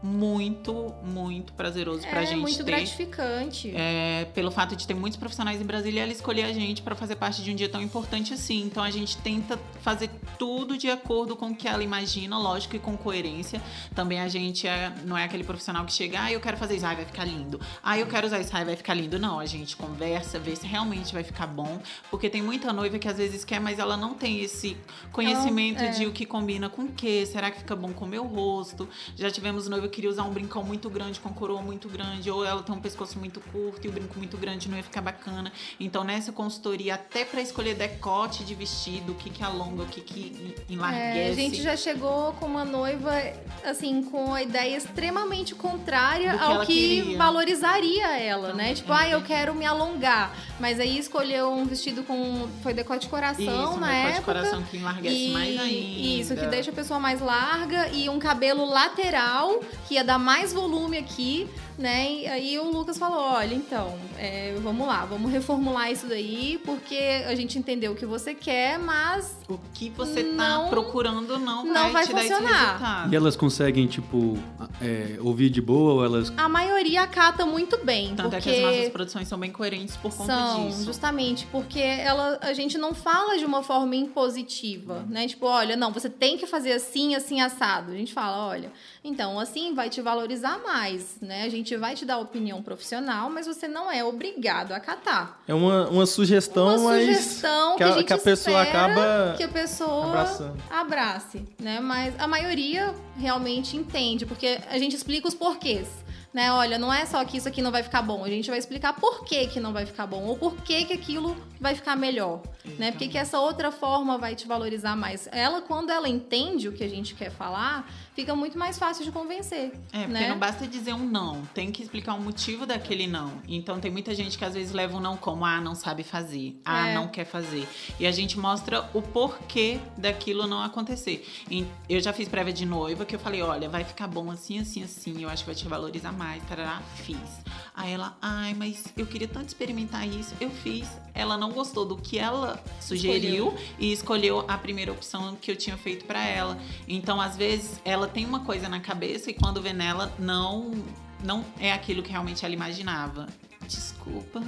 muito, muito prazeroso pra é gente muito ter. gratificante. É, pelo fato de ter muitos profissionais em Brasília, ela escolher a gente para fazer parte de um dia tão importante assim. Então a gente tenta fazer tudo de acordo com o que ela imagina, lógico, e com coerência. Também a gente é, não é aquele profissional que chega, ah, eu quero fazer isso, ah, vai ficar lindo. Ah, eu quero usar isso, ah, vai ficar lindo. Não, a gente conversa, vê se realmente vai ficar bom. Porque tem muita noiva que às vezes quer, mas ela não tem esse conhecimento Ela, é. de o que combina com o quê. Será que fica bom com o meu rosto? Já tivemos noiva que queria usar um brincão muito grande com coroa muito grande, ou ela tem um pescoço muito curto e o brinco muito grande não ia ficar bacana. Então nessa consultoria, até para escolher decote de vestido, o que que alonga, o que que enlarguece. É, a gente já chegou com uma noiva, assim, com a ideia extremamente contrária Do que ao ela que queria. valorizaria ela, né? Também. Tipo, ah, eu quero me alongar. Mas aí escolheu um vestido com... Foi decote de coração Isso, um na decote de época. coração que enlarguece mais ainda. Isso, que deixa a pessoa mais larga e um cabelo lateral, que ia dar mais volume aqui, né? E aí o Lucas falou, olha, então, é, vamos lá, vamos reformular isso daí, porque a gente entendeu o que você quer, mas o que você não, tá procurando não, não vai, vai te funcionar. dar esse resultado. E elas conseguem, tipo, é, ouvir de boa ou elas... a maioria acata muito bem. Tanto porque é que as nossas produções são bem coerentes por conta são, disso. justamente, porque ela, a gente não fala de uma forma impositiva, né? Tipo, olha, não, você tem que fazer assim, assim, assado. A gente fala, olha, então, assim vai te valorizar mais, né? A gente vai te dar opinião profissional, mas você não é obrigado a acatar. É uma, uma sugestão, Uma mas sugestão que, que a, a gente que a pessoa espera acaba que a pessoa abraçando. abrace, né? Mas a maioria realmente entende, porque a gente explica os porquês. Né? Olha, não é só que isso aqui não vai ficar bom, a gente vai explicar por que que não vai ficar bom, ou por que que aquilo vai ficar melhor, né? Porque que essa outra forma vai te valorizar mais. Ela, quando ela entende o que a gente quer falar, fica muito mais fácil de convencer. É, porque né? não basta dizer um não, tem que explicar o motivo daquele não. Então tem muita gente que às vezes leva um não como, ah, não sabe fazer, ah, É. não quer fazer. E a gente mostra o porquê daquilo não acontecer. E eu já fiz prévia de noiva que eu falei, olha, vai ficar bom assim, assim, assim, eu acho que vai te valorizar mais, tarará, fiz. Aí ela, ai, mas eu queria tanto experimentar isso, eu fiz. Ela não gostou do que ela sugeriu Escolheu. e escolheu a primeira opção que eu tinha feito pra ela. Então, às vezes, ela tem uma coisa na cabeça e quando vê nela, não, não é aquilo que realmente ela imaginava. Desculpa.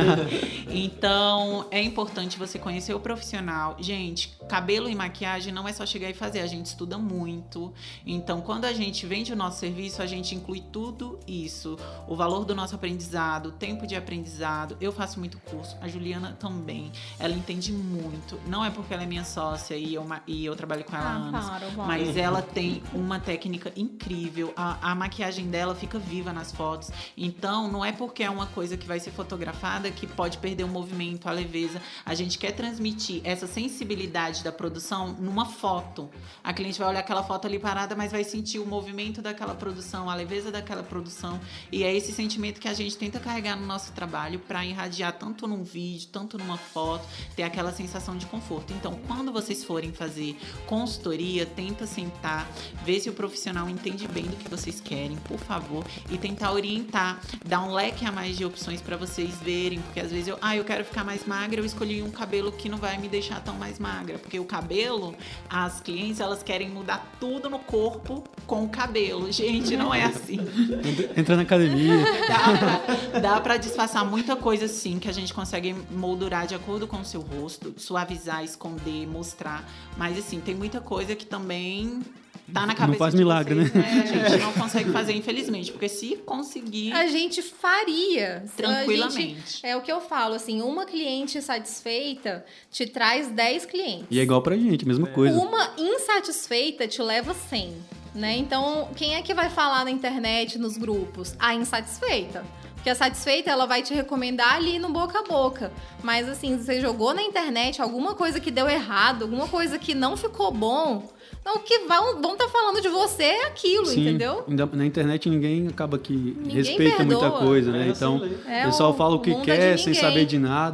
Então, é importante você conhecer o profissional. Gente, cabelo e maquiagem não é só chegar e fazer, a gente estuda muito. Então, quando a gente vende o nosso serviço, a gente inclui tudo isso. O valor do nosso aprendizado, o tempo de aprendizado. Eu faço muito curso, a Juliana também. Ela entende muito. Não é porque ela é minha sócia e eu, e eu trabalho com ela há Ah, anos. para, para. Mas ela tem uma técnica incrível. A, a maquiagem dela fica viva nas fotos. Então, não é porque é uma coisa que vai ser fotografada que pode perder o movimento, a leveza. A gente quer transmitir essa sensibilidade da produção numa foto. A cliente vai olhar aquela foto ali parada, mas vai sentir o movimento daquela produção, a leveza daquela produção. E é esse sentimento que a gente tenta carregar no nosso trabalho para irradiar tanto num vídeo, tanto numa foto, ter aquela sensação de conforto. Então, quando vocês forem fazer consultoria, tenta sentar, ver se o profissional entende bem do que vocês querem, por favor, e tentar orientar, dar um leque a mais de opções para vocês verem, porque às vezes eu, ah, eu quero ficar mais magra, eu escolhi um cabelo que não vai me deixar tão mais magra, porque o cabelo, as clientes, elas querem mudar tudo no corpo com o cabelo. Gente, não é assim. Entra na academia. Dá pra, dá pra disfarçar muita coisa, sim, que a gente consegue moldurar de acordo com o seu rosto, suavizar, esconder, mostrar, mas assim, tem muita coisa que também tá na cabeça Não faz de milagre, vocês, né? A gente não consegue fazer, infelizmente, porque se conseguir, A gente faria. tranquilamente. A gente, é o que eu falo, assim, uma cliente satisfeita te traz dez clientes. E é igual pra gente, mesma coisa. Uma insatisfeita te leva cem, né? Então, quem é que vai falar na internet, nos grupos? A insatisfeita. Porque a satisfeita, ela vai te recomendar ali no boca a boca. Mas, assim, você jogou na internet alguma coisa que deu errado, alguma coisa que não ficou bom, então o que vão estar tá falando de você é aquilo, Sim, entendeu? ainda- na internet ninguém acaba que Ninguém respeita perdoa. muita coisa, né? É, então, assim, É o pessoal o fala o que mundo é quer, de sem ninguém. saber de nada.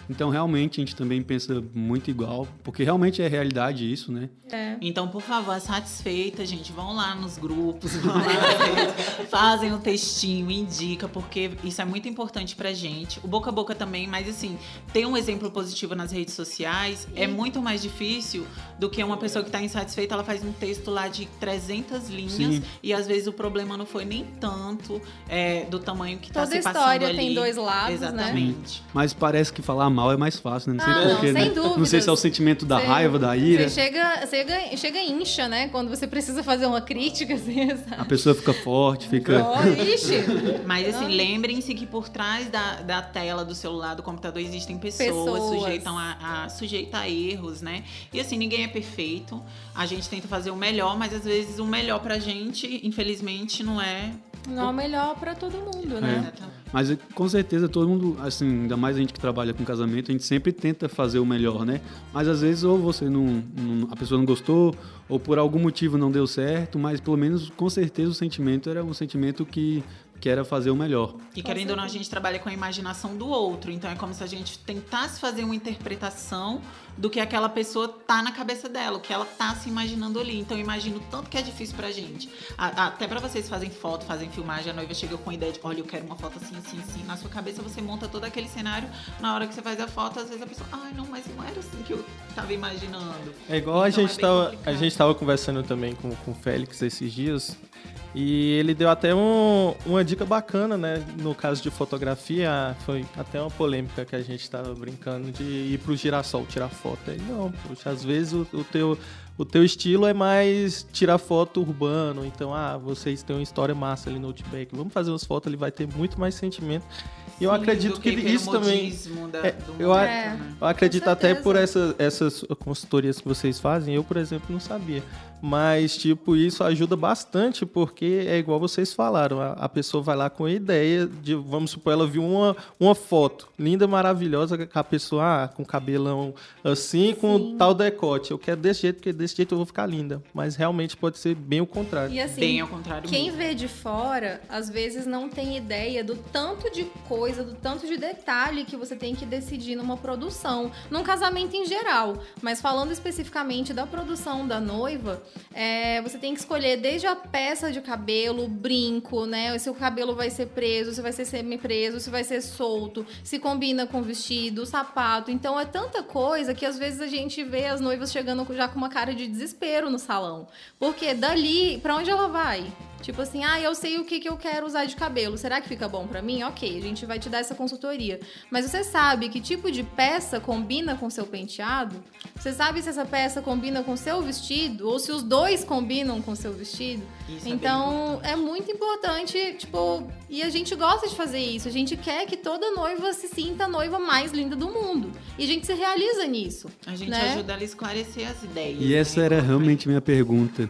Então, realmente, a gente também pensa muito igual, porque realmente é realidade isso, né? É. Então, por favor, satisfeita, gente, vão lá nos grupos, vão lá nas redes, fazem o textinho, indica, porque isso é muito importante pra gente. O boca a boca também, mas assim, ter um exemplo positivo nas redes sociais é muito mais difícil do que uma pessoa que tá insatisfeita, ela faz um texto lá de trezentas linhas. Sim. E às vezes o problema não foi nem tanto é, do tamanho que tá Toda se passando história ali. tem dois lados, né? Exatamente. Mas parece que falar mal é mais fácil, né? Não sei Ah, porquê, sem né? dúvidas. Não sei se é o sentimento da Você- raiva, da ira. Você chega, chega, chega incha, né? Quando você precisa fazer uma crítica, assim, A sabe? pessoa fica forte, fica... Oh, ixi. Mas assim, Ah. lembrem-se que por trás da, da tela do celular, do computador, existem pessoas, Pessoas. sujeitam a, a, sujeita a erros, né? E assim, ninguém é perfeito. A gente tenta fazer o melhor, mas às vezes o melhor pra gente, infelizmente, não é. Não é o melhor pra todo mundo, É. né? Mas com certeza todo mundo, assim, ainda mais a gente que trabalha com casamento, a gente sempre tenta fazer o melhor, né? Mas às vezes ou você não, não- a pessoa não gostou, ou por algum motivo não deu certo, mas pelo menos com certeza o sentimento era um sentimento que, que era fazer o melhor. E querendo ou não, a gente trabalha com a imaginação do outro. Então é como se a gente tentasse fazer uma interpretação do que aquela pessoa tá na cabeça dela, o que ela tá se imaginando ali. Então eu imagino o tanto que é difícil pra gente. A- até pra vocês fazem foto, fazem filmagem, a noiva chega com a ideia de, olha, eu quero uma foto assim, assim, assim. Na sua cabeça você monta todo aquele cenário. Na hora que você faz a foto, às vezes a pessoa, ai, não, mas não era assim que eu tava imaginando. É igual a Então, gente é bem tava, a complicado. gente tava conversando também com, com o Félix esses dias e ele deu até um- uma dica bacana, né? No caso de fotografia, foi até uma polêmica que a gente tava brincando de ir pro girassol tirar foto. Aí, não, poxa, às vezes o, o teu o teu estilo é mais tirar foto urbano, então, ah, vocês têm uma história massa ali no Outback, vamos fazer umas fotos, ele vai ter muito mais sentimento. E eu Sim, acredito do que pelo isso também... modismo da- É, do eu, a- momento, É. né? eu acredito Com até certeza. por essa, essas consultorias que vocês fazem, eu, por exemplo, não sabia. Mas, tipo, isso ajuda bastante, porque é igual vocês falaram, a, a pessoa vai lá com a ideia de, vamos supor, ela viu uma, uma foto linda, maravilhosa, com a pessoa ah, com cabelão assim, com tal decote. Eu quero desse jeito, porque desse jeito eu vou ficar linda. Mas realmente pode ser bem o contrário. E assim, Bem ao contrário quem mesmo. vê de fora, às vezes não tem ideia do tanto de coisa, do tanto de detalhe que você tem que decidir numa produção, num casamento em geral. Mas falando especificamente da produção da noiva, é, você tem que escolher desde a peça de cabelo, brinco, né? Se o cabelo vai ser preso, se vai ser semi-preso, se vai ser solto, se combina com o vestido, o sapato. Então é tanta coisa que às vezes a gente vê as noivas chegando já com uma cara de desespero no salão. Porque dali, pra onde ela vai? Tipo assim, ah, eu sei o que, que eu quero usar de cabelo. Será que fica bom pra mim? Ok, a gente vai te dar essa consultoria. Mas você sabe que tipo de peça combina com seu penteado? Você sabe se essa peça combina com seu vestido? Ou se os dois combinam com seu vestido? Isso é bem Então, é muito importante, tipo... E a gente gosta de fazer isso. A gente quer que toda noiva se sinta a noiva mais linda do mundo. E a gente se realiza nisso. A gente né? ajuda ela a esclarecer as ideias. E essa né? era realmente minha pergunta.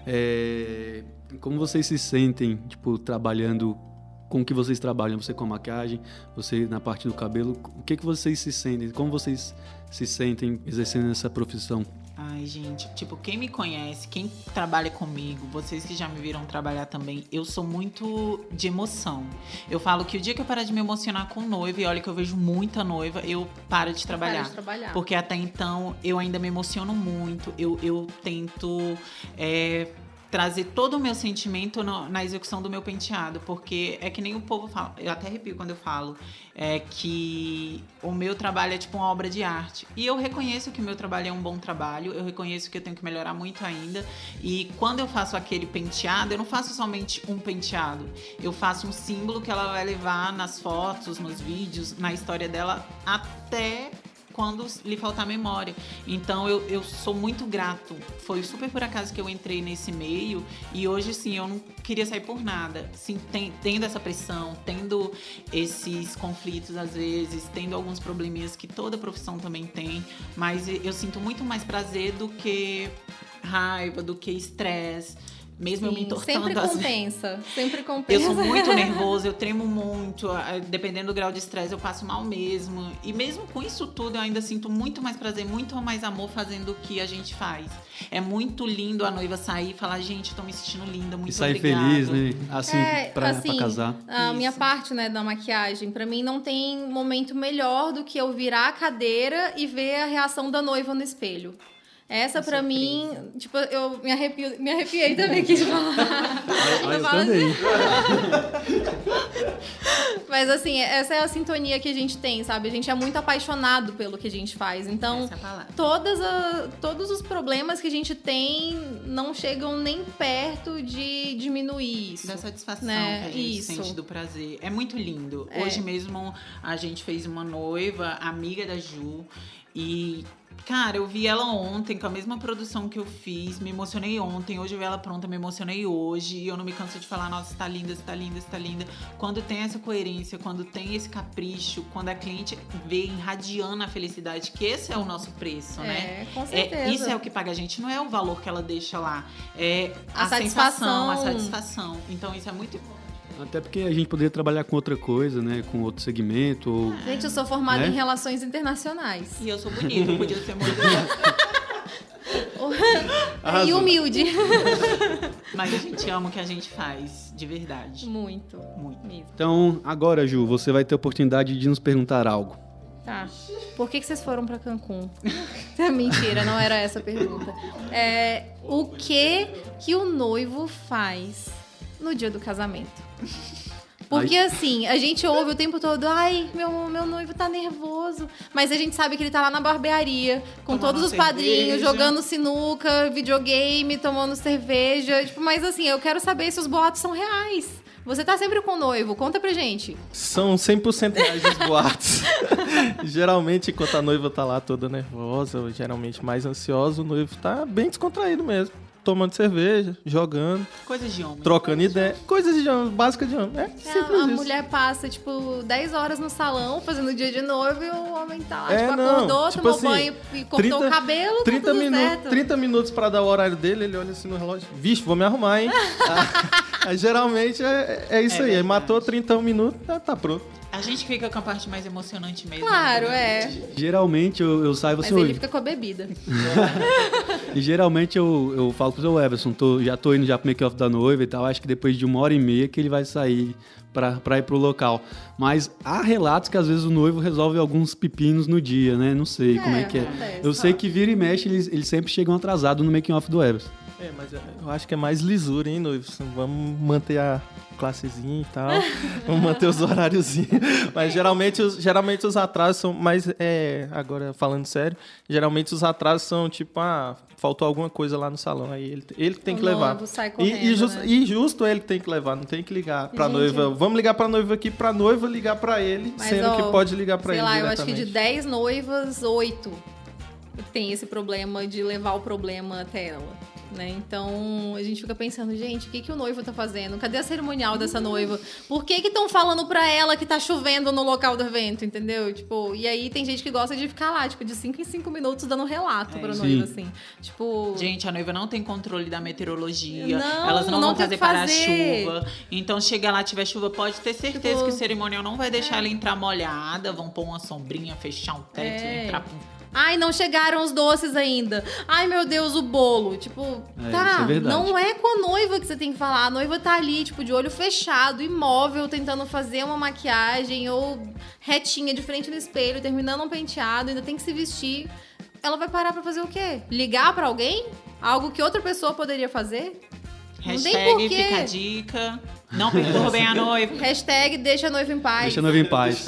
É, como vocês se sentem, tipo, trabalhando com o que vocês trabalham? Você com a maquiagem, você na parte do cabelo. O que, que vocês se sentem? Como vocês se sentem exercendo essa profissão? Ai, gente, tipo, quem me conhece, quem trabalha comigo, vocês que já me viram trabalhar também, eu sou muito de emoção. Eu falo que o dia que eu parar de me emocionar com noiva, e olha que eu vejo muita noiva, eu paro de trabalhar. Para de trabalhar. Porque até então eu ainda me emociono muito, eu, eu tento é, trazer todo o meu sentimento no, na execução do meu penteado, porque é que nem o povo fala, eu até arrepio quando eu falo, é que o meu trabalho é tipo uma obra de arte. E eu reconheço que o meu trabalho é um bom trabalho, eu reconheço que eu tenho que melhorar muito ainda. E quando eu faço aquele penteado, eu não faço somente um penteado, eu faço um símbolo que ela vai levar nas fotos, nos vídeos, na história dela, até quando lhe faltar memória. Então eu, eu sou muito grato. Foi super por acaso que eu entrei nesse meio e hoje sim eu não queria sair por nada. Sim, tem, tendo essa pressão, tendo esses conflitos às vezes, tendo alguns probleminhas que toda profissão também tem, mas eu sinto muito mais prazer do que raiva, do que estresse. Mesmo Sim, eu me entortando. Sempre compensa, assim. Sempre compensa. Eu sou muito nervosa, eu tremo muito. Dependendo do grau de estresse, eu passo mal mesmo. E mesmo com isso tudo, eu ainda sinto muito mais prazer, muito mais amor fazendo o que a gente faz. É muito lindo a noiva sair e falar, gente, tô me sentindo linda, muito e sair obrigada. feliz, né? Assim, é, pra, assim, pra casar. A Isso. minha parte, né, da maquiagem, pra mim não tem momento melhor do que eu virar a cadeira e ver a reação da noiva no espelho. Essa, pra mim, tipo, eu me, arrepio, me arrepiei também aqui de falar. Eu, eu falo também. assim. Mas, assim, essa é a sintonia que a gente tem, sabe? A gente é muito apaixonado pelo que a gente faz. Então, Essa é a palavra. todas a, todos os problemas que a gente tem não chegam nem perto de diminuir isso. Da satisfação, né? que a gente Isso. sente do prazer. É muito lindo. É. Hoje mesmo a gente fez uma noiva, amiga da Ju, e... Cara, eu vi ela ontem com a mesma produção que eu fiz, me emocionei ontem, hoje eu vi ela pronta, me emocionei hoje, e eu não me canso de falar, nossa, você tá linda, você tá linda, você tá linda. Quando tem essa coerência, quando tem esse capricho, quando a cliente vê irradiando a felicidade, que esse é o nosso preço, É, né? com certeza. É, isso é o que paga a gente, não é o valor que ela deixa lá, é A a, satisfação. sensação, a satisfação. Então isso é muito importante. Até porque a gente poderia trabalhar com outra coisa, né? Com outro segmento. Ou... Gente, eu sou formada Né? em relações internacionais. E eu sou bonita, podia ser muito. E humilde. Mas a gente ama o que a gente faz, de verdade. Muito. Muito. Mesmo. Então, agora, Ju, você vai ter a oportunidade de nos perguntar algo. Tá. Por que, que vocês foram pra Cancún? Mentira, não era essa a pergunta. É, o que que o noivo faz no dia do casamento? Porque Ai. assim, a gente ouve o tempo todo, ai, meu, meu noivo tá nervoso. Mas a gente sabe que ele tá lá na barbearia, com Tomando todos os cerveja. padrinhos, jogando sinuca, videogame, tomando cerveja. Tipo, mas assim, eu quero saber se os boatos são reais. Você tá sempre com o noivo, conta pra gente. São cem por cento reais os boatos. Geralmente, enquanto a noiva tá lá toda nervosa, ou geralmente mais ansiosa, o noivo tá bem descontraído mesmo. Tomando cerveja, jogando, Coisas de homem. trocando ideia. Coisas de homem, básicas de homem. É A, simples a isso. mulher passa, tipo, dez horas no salão fazendo o dia de noivo e o homem tá lá, É, tipo, não, acordou, tipo tomou assim, banho e cortou trinta o cabelo, trinta tá tudo minutos, certo. trinta minutos pra dar o horário dele, ele olha assim no relógio. Vixe, vou me arrumar, hein? Ah, geralmente é, é isso É aí. Aí verdade. matou trinta minutos, tá, tá pronto. A gente fica com a parte mais emocionante mesmo. Claro, né? é. Geralmente eu, eu saio, Mas você ele ouve. fica com a bebida. E geralmente eu, eu falo pro seu Everson, tô, já tô indo já pro make-off da noiva e tal, acho que depois de uma hora e meia que ele vai sair pra, pra ir pro local. Mas há relatos que às vezes o noivo resolve alguns pepinos no dia, né? Não sei É, como é que é. acontece. Eu sei que vira e mexe, eles, eles sempre chegam atrasados no making-off do Everson. É, mas eu acho que é mais lisura, hein, noivo? Vamos manter a classezinha e tal. Vamos manter os horáriozinhos. Mas geralmente os, geralmente os atrasos são mais... É, agora, falando sério, geralmente os atrasos são tipo, ah, faltou alguma coisa lá no salão. Aí ele, ele tem O que levar. noivo sai E, correndo, e, just, né? e justo ele tem que levar, não tem que ligar pra Gente, noiva. Vamos ligar pra noiva aqui, pra noiva ligar pra ele, Mas, sendo ó, que pode ligar pra sei ele lá, eu acho que diretamente. de dez noivas, oito tem esse problema de levar o problema até ela. Né? Então a gente fica pensando, gente, o que, que o noivo tá fazendo? Cadê a cerimonial dessa noiva? Por que que estão falando pra ela que tá chovendo no local do evento, entendeu? Tipo, e aí tem gente que gosta de ficar lá, tipo, de cinco em cinco minutos dando relato É, pra sim. noiva, assim. Tipo, Gente, a noiva não tem controle da meteorologia. Não, elas não, não vão tem o fazer que parar a fazer. chuva. Então, chega lá, tiver chuva, pode ter certeza Tipo, que o cerimonial não vai deixar ela entrar molhada. Vão pôr uma sombrinha, fechar um teto, É. entrar com... ai, não chegaram os doces ainda. Ai, meu Deus, o bolo. Tipo, É, tá, isso é verdade. não é com a noiva que você tem que falar. A noiva tá ali, tipo, de olho fechado, imóvel, tentando fazer uma maquiagem ou retinha de frente no espelho, terminando um penteado, ainda tem que se vestir. Ela vai parar pra fazer o quê? Ligar pra alguém? Algo que outra pessoa poderia fazer? Não tem Hashtag porquê. fica a dica. Não perturbem a noiva. Hashtag deixa a noiva em paz. Deixa a noiva em paz.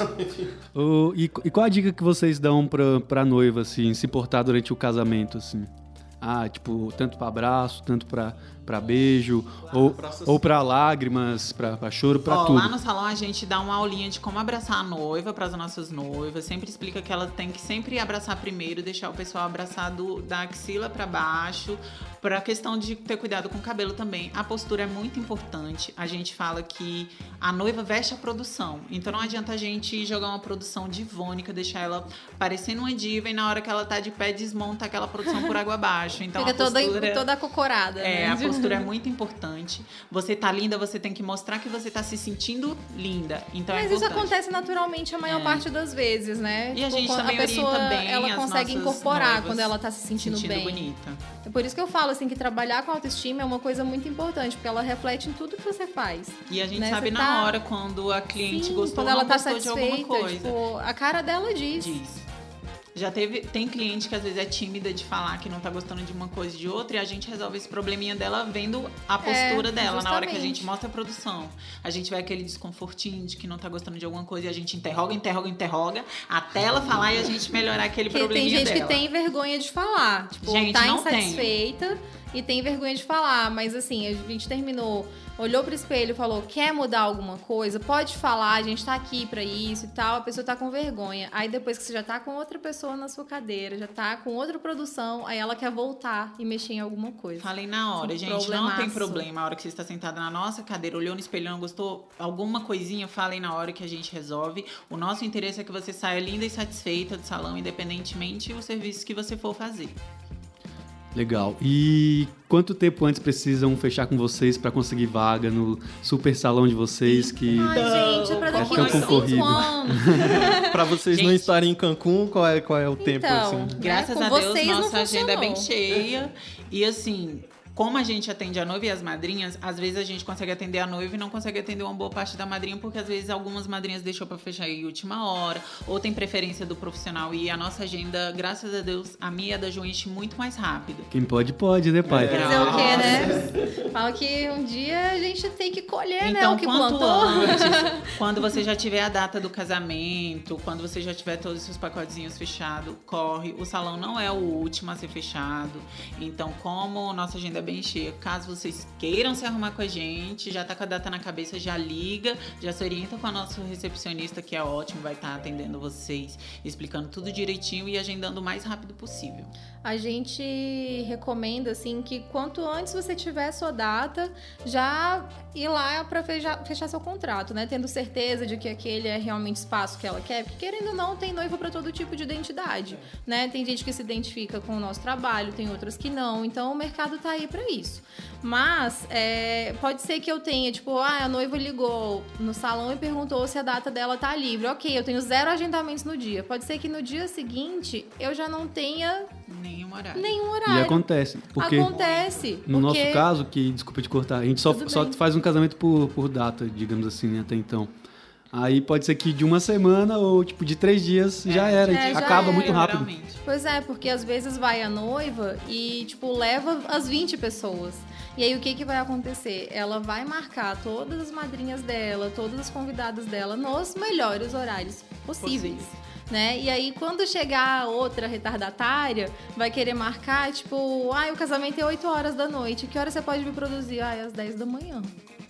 O- e, e qual a dica que vocês dão pra, pra noiva, assim, se portar durante o casamento, assim? Ah, tipo, tanto pra abraço, tanto pra, pra beijo, ou, ou pra lágrimas, pra, pra choro, pra Ó, tudo. lá no salão a gente dá uma aulinha de como abraçar a noiva para as nossas noivas. Sempre explica que ela tem que sempre abraçar primeiro, deixar o pessoal abraçar do, da axila para baixo. Para a questão de ter cuidado com o cabelo também. A postura é muito importante. A gente fala que a noiva veste a produção. Então não adianta a gente jogar uma produção divônica, deixar ela parecendo uma diva e na hora que ela tá de pé desmonta aquela produção por água abaixo. baixo. Então Fica a postura... toda, toda acocorada, É, né? a postura é muito importante. Você tá linda, você tem que mostrar que você tá se sentindo linda. Então Mas é isso importante. acontece naturalmente a maior É. parte das vezes, né? E a gente quando também a pessoa, orienta bem ela as consegue nossas incorporar noivas quando ela tá se sentindo, sentindo bem. bonita. É por isso que eu falo assim que trabalhar com autoestima é uma coisa muito importante, porque ela reflete em tudo que você faz. E a gente né? sabe Você na tá... hora quando a cliente Sim, gostou quando ou ela não tá gostou de alguma satisfeita, coisa. tipo, a cara dela diz. Diz. Já teve, tem cliente que às vezes é tímida de falar que não tá gostando de uma coisa e de outra, e a gente resolve esse probleminha dela vendo a postura É, dela. Na hora que a justamente. gente mostra a produção, a gente vê aquele desconfortinho de que não tá gostando de alguma coisa e a gente interroga, interroga, interroga, até ela falar e a gente melhorar aquele Porque tem probleminha gente dela. que tem vergonha de falar. Tipo, Gente, tá não tem. insatisfeita e tem vergonha de falar. Mas assim, a gente terminou, olhou pro espelho e falou, quer mudar alguma coisa? Pode falar, a gente tá aqui pra isso e tal. A pessoa tá com vergonha. Aí depois que você já tá com outra pessoa na sua cadeira, já tá com outra produção, aí ela quer voltar e mexer em alguma coisa. Falei na hora, Um gente, não tem problemaço. problema. A hora que você está sentada na nossa cadeira, olhou no espelho, não gostou, alguma coisinha, falem na hora que a gente resolve. O nosso interesse é que você saia linda e satisfeita do salão, independentemente do serviço que você for fazer. Legal. E quanto tempo antes precisam fechar com vocês para conseguir vaga no super salão de vocês? Que Ai, gente, é pra daqui tão uns concorrido. cinco anos. Pra vocês não Gente. estarem em Cancún, qual é, qual é o tempo, Então, assim? Graças com a Deus, vocês não nossa agenda é bem funcionou. cheia. E assim, como a gente atende a noiva e as madrinhas, às vezes a gente consegue atender a noiva e não consegue atender uma boa parte da madrinha, porque às vezes algumas madrinhas deixam pra fechar em última hora, ou tem preferência do profissional. E a nossa agenda, graças a Deus, a minha e a da Ju enche muito mais rápido. quem pode, pode, né, pai? Fazer o quê, né? Fala que um dia a gente tem que colher, né? Então, O que quanto plantou. antes, quando você já tiver a data do casamento, quando você já tiver todos os seus pacotezinhos fechados, corre. O salão não é o último a ser fechado. Então, como nossa agenda é bem cheia, caso vocês queiram se arrumar com a gente, já tá com a data na cabeça, já liga, já se orienta com a nossa recepcionista, que é ótimo, vai estar atendendo vocês, explicando tudo direitinho e agendando o mais rápido possível. A gente recomenda, assim, que quanto antes você tiver sua data, já ir lá pra fechar, fechar seu contrato, né? Tendo certeza de que aquele é realmente o espaço que ela quer. Porque, querendo ou não, tem noiva pra todo tipo de identidade, né? Tem gente que se identifica com o nosso trabalho, tem outras que não. Então, o mercado tá aí pra isso. Mas, é, pode ser que eu tenha, tipo, ah, a noiva ligou no salão e perguntou se a data dela tá livre. Ok, eu tenho zero agendamentos no dia. Pode ser que no dia seguinte eu já não tenha Nenhum horário. nenhum E horário. acontece. Porque Acontece. no porque... nosso caso, que desculpa te cortar, a gente só, Tudo só bem. faz um casamento por, por data, digamos assim, né, até então. Aí pode ser que de uma semana ou tipo de três dias já era, é, já acaba era. muito rápido. Geralmente. Pois é, porque às vezes vai a noiva e, tipo, leva as vinte pessoas. E aí o que que vai acontecer? Ela vai marcar todas as madrinhas dela, todas as convidadas dela nos melhores horários possíveis. Possível. Né? E aí, quando chegar a outra retardatária, vai querer marcar, tipo, ah, o casamento é oito horas da noite. Que hora você pode me produzir? Ah, é às dez da manhã.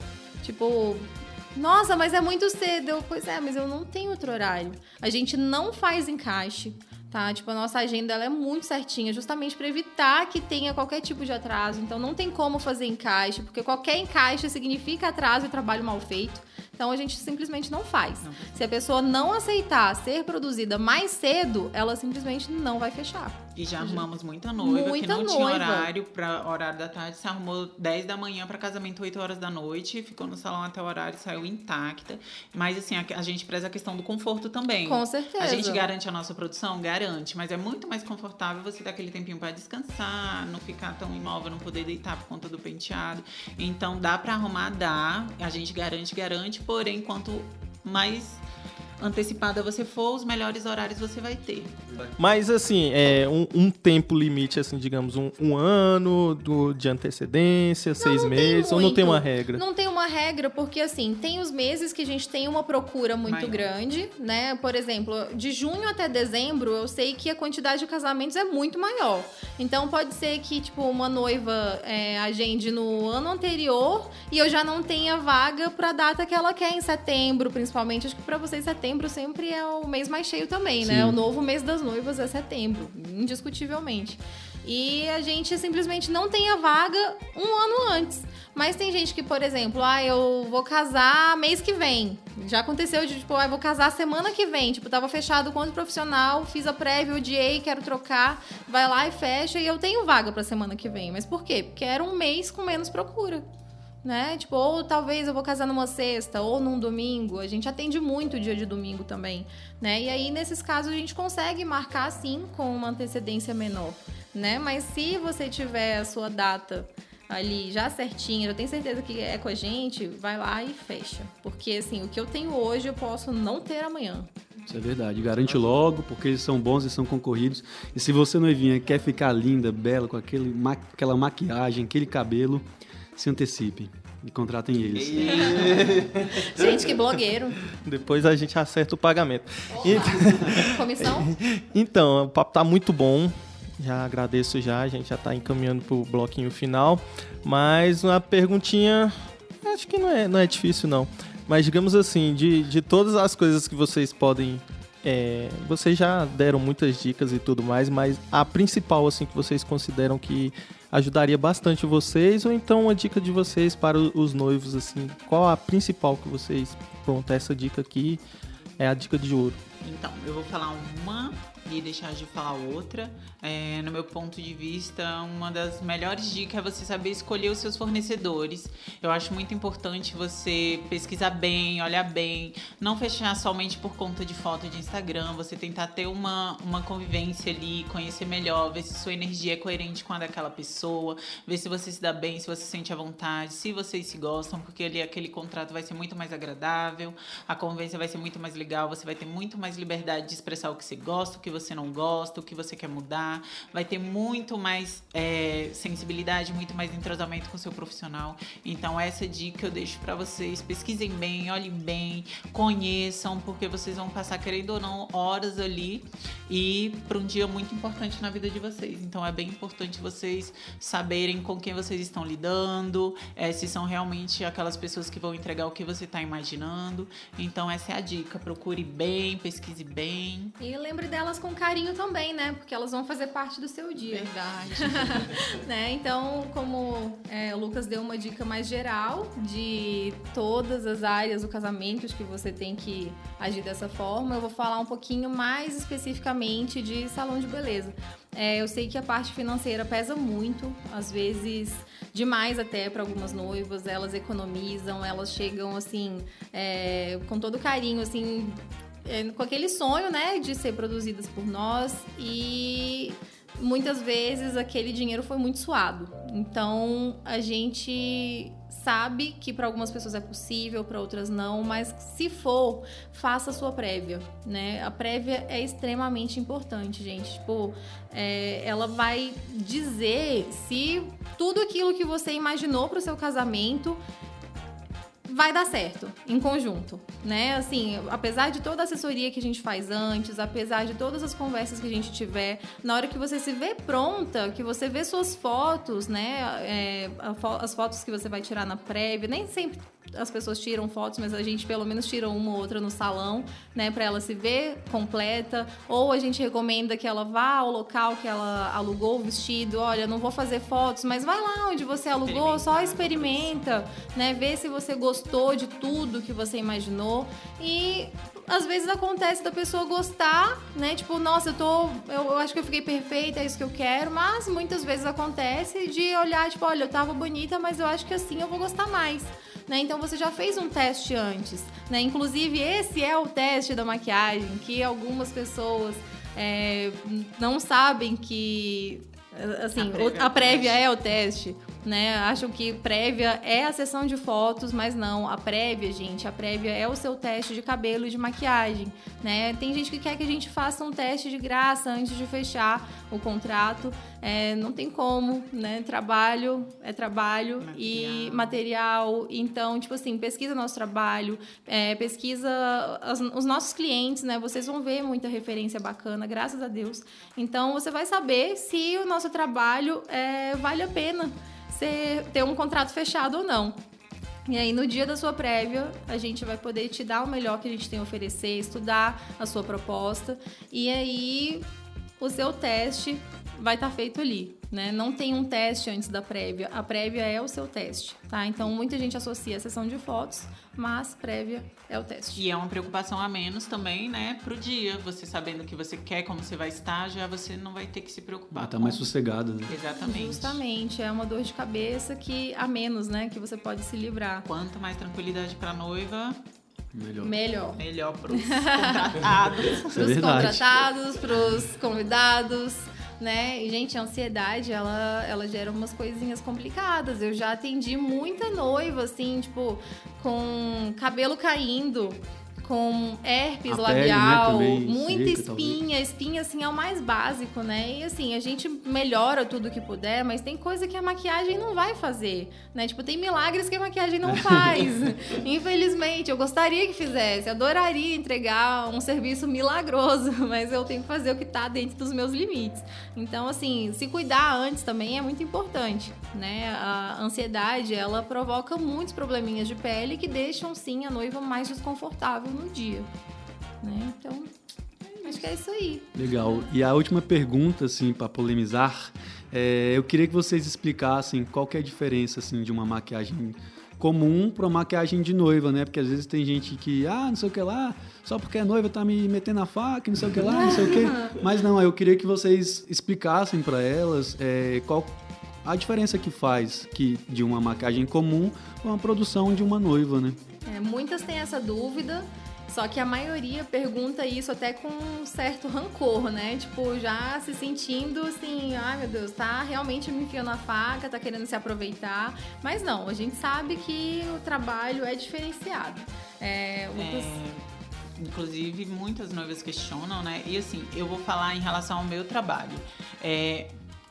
Tipo, nossa, mas é muito cedo. Eu, pois é, mas eu não tenho outro horário. A gente não faz encaixe, tá? Tipo, a nossa agenda ela é muito certinha, justamente para evitar que tenha qualquer tipo de atraso. Então, não tem como fazer encaixe, porque qualquer encaixe significa atraso e trabalho mal feito. Então, a gente simplesmente não faz. Não. Se a pessoa não aceitar ser produzida mais cedo, ela simplesmente não vai fechar. E já arrumamos muita noiva Muita que não noiva. tinha horário para horário da tarde, se arrumou dez da manhã para casamento oito horas da noite, ficou no salão até o horário, saiu intacta. Mas assim, a, a gente preza a questão do conforto também. Com certeza. A gente garante a nossa produção? Garante, mas é muito mais confortável você dar aquele tempinho para descansar, não ficar tão imóvel, não poder deitar por conta do penteado. Então dá para arrumar, dá. A gente garante, garante, porém, quanto mais antecipada você for, os melhores horários você vai ter. Mas, assim, é um, um tempo limite, assim, digamos, um, um ano do, de antecedência, seis não tem meses, ou não tem muito. uma regra? Não tem uma regra, porque assim, tem os meses que a gente tem uma procura muito Maior. grande, né? Por exemplo, de junho até dezembro, eu sei que a quantidade de casamentos é muito maior. Então, pode ser que, tipo, uma noiva é, agende no ano anterior e eu já não tenha vaga pra data que ela quer, em setembro, principalmente. Acho que pra vocês, setembro sempre é o mês mais cheio também, né? Sim. O novo mês das noivas é setembro, indiscutivelmente. E a gente simplesmente não tem a vaga um ano antes. Mas tem gente que, por exemplo, ah, eu vou casar mês que vem. Já aconteceu de, tipo, ah, eu vou casar semana que vem. Tipo, tava fechado quanto profissional, fiz a prévia, odiei, quero trocar. Vai lá e fecha e eu tenho vaga pra semana que vem. Mas por quê? Porque era um mês com menos procura. Né? Tipo, ou talvez eu vou casar numa sexta ou num domingo. A gente atende muito dia de domingo também, né? E aí, nesses casos, a gente consegue marcar, sim, com uma antecedência menor, né? Mas se você tiver a sua data ali já certinha, eu tenho certeza que é com a gente, vai lá e fecha. Porque, assim, o que eu tenho hoje, eu posso não ter amanhã. Isso é verdade. Garante logo, porque eles são bons e são concorridos. E se você não vinha quer ficar linda, bela, com aquele, aquela maquiagem, aquele cabelo, se antecipe e contratem eles. Gente, que blogueiro. Depois a gente acerta o pagamento. Então, comissão? Então, o papo tá muito bom. Já agradeço já, a gente já tá encaminhando pro bloquinho final. Mas uma perguntinha, acho que não é, não é difícil não. Mas digamos assim, de, de todas as coisas que vocês podem... É, vocês já deram muitas dicas e tudo mais, mas a principal assim que vocês consideram que ajudaria bastante vocês, ou então uma dica de vocês para os noivos, assim, qual a principal que vocês... Pronto, essa dica aqui é a dica de ouro. Então, eu vou falar uma e deixar de falar outra. É, no meu ponto de vista, uma das melhores dicas é você saber escolher os seus fornecedores. Eu acho muito importante você pesquisar bem, olhar bem, não fechar somente por conta de foto de Instagram, você tentar ter uma, uma convivência ali, conhecer melhor, ver se sua energia é coerente com a daquela pessoa, ver se você se dá bem, se você se sente à vontade, se vocês se gostam, porque ali aquele contrato vai ser muito mais agradável, a convivência vai ser muito mais legal, você vai ter muito mais liberdade de expressar o que você gosta, o que você não gosta, o que você quer mudar, vai ter muito mais é, sensibilidade, muito mais entrosamento com o seu profissional. Então essa dica eu deixo para vocês, pesquisem bem, olhem bem, conheçam, porque vocês vão passar, querendo ou não, horas ali e para um dia muito importante na vida de vocês. Então é bem importante vocês saberem com quem vocês estão lidando, é, se são realmente aquelas pessoas que vão entregar o que você está imaginando. Então essa é a dica, procure bem, pesquise bem. E lembre delas com carinho também, né? Porque elas vão fazer parte do seu dia. Verdade. Né? Então, como é, o Lucas deu uma dica mais geral de todas as áreas do casamento que você tem que agir dessa forma, eu vou falar um pouquinho mais especificamente de salão de beleza. É, eu sei que a parte financeira pesa muito, às vezes demais até para algumas noivas, elas economizam, elas chegam assim, é, com todo carinho, assim, é, com aquele sonho, né, de ser produzidas por nós, e muitas vezes aquele dinheiro foi muito suado. Então a gente sabe que para algumas pessoas é possível, para outras não, mas se for, faça a sua prévia, né? A prévia é extremamente importante, gente. Tipo, é, ela vai dizer se tudo aquilo que você imaginou para o seu casamento vai dar certo, em conjunto, né? Assim, apesar de toda a assessoria que a gente faz antes, apesar de todas as conversas que a gente tiver, na hora que você se vê pronta, que você vê suas fotos, né? É, as fotos que você vai tirar na prévia, nem sempre as pessoas tiram fotos, mas a gente pelo menos tira uma ou outra no salão, né, para ela se ver completa, ou a gente recomenda que ela vá ao local que ela alugou o vestido. Olha, não vou fazer fotos, mas vai lá onde você alugou, só experimenta, né, vê se você gostou de tudo que você imaginou. E às vezes acontece da pessoa gostar, né, tipo, nossa, eu tô, eu, eu acho que eu fiquei perfeita, é isso que eu quero, mas muitas vezes acontece de olhar, tipo, olha, eu tava bonita, mas eu acho que assim eu vou gostar mais. Né? Então você já fez um teste antes, né? Inclusive esse é o teste da maquiagem, que algumas pessoas é, não sabem que, assim, a prévia, a prévia é o teste, né? Acham que prévia é a sessão de fotos, mas não, a prévia, gente, a prévia é o seu teste de cabelo e de maquiagem, né? Tem gente que quer que a gente faça um teste de graça antes de fechar o contrato, é, não tem como, né? Trabalho é trabalho, material. E material, então, tipo assim, pesquisa nosso trabalho, é, pesquisa as, os nossos clientes, né? Vocês vão ver muita referência bacana, graças a Deus. Então, você vai saber se o nosso trabalho é, vale a pena você ter um contrato fechado ou não. E aí, no dia da sua prévia, a gente vai poder te dar o melhor que a gente tem a oferecer, estudar a sua proposta. E aí, o seu teste vai estar feito ali, né? Não tem um teste antes da prévia. A prévia é o seu teste, tá? Então, muita gente associa a sessão de fotos, mas prévia é o teste. E é uma preocupação a menos também, né, pro dia. Você sabendo o que você quer, como você vai estar, já você não vai ter que se preocupar. Ah, tá com... mais sossegado, né? Exatamente. Justamente. É uma dor de cabeça que a menos, né, que você pode se livrar. Quanto mais tranquilidade pra noiva... Melhor. Melhor. Melhor pros contratados. Pros É contratados, pros convidados... Né? E, gente, a ansiedade, ela, ela gera umas coisinhas complicadas. Eu já atendi muita noiva, assim, tipo, com cabelo caindo, com herpes A labial, pele, né, também muita seca, espinha. talvez. Espinha, assim, é o mais básico, né? E, assim, a gente melhora tudo que puder, mas tem coisa que a maquiagem não vai fazer, né? Tipo, tem milagres que a maquiagem não faz. Infelizmente, eu gostaria que fizesse, adoraria entregar um serviço milagroso, mas eu tenho que fazer o que tá dentro dos meus limites. Então, assim, se cuidar antes também é muito importante, né? A ansiedade, ela provoca muitos probleminhas de pele que deixam, sim, a noiva mais desconfortável no dia, né? Então, acho que é isso aí. Legal. E a última pergunta, assim, para polemizar, é, eu queria que vocês explicassem qual que é a diferença, assim, de uma maquiagem comum para uma maquiagem de noiva, né? Porque às vezes tem gente que, ah, não sei o que lá, só porque é noiva tá me metendo a faca, não sei o que lá, não sei o que. Mas não, eu queria que vocês explicassem para elas é, qual a diferença que faz que, de uma maquiagem comum com a produção de uma noiva, né? É, muitas têm essa dúvida, só que a maioria pergunta isso até com um certo rancor, né? Tipo, já se sentindo assim, ai meu Deus, tá realmente me enfiando a faca, tá querendo se aproveitar. Mas não, a gente sabe que o trabalho é diferenciado. É, outras... É, inclusive, muitas noivas questionam, né? E assim, eu vou falar em relação ao meu trabalho. É...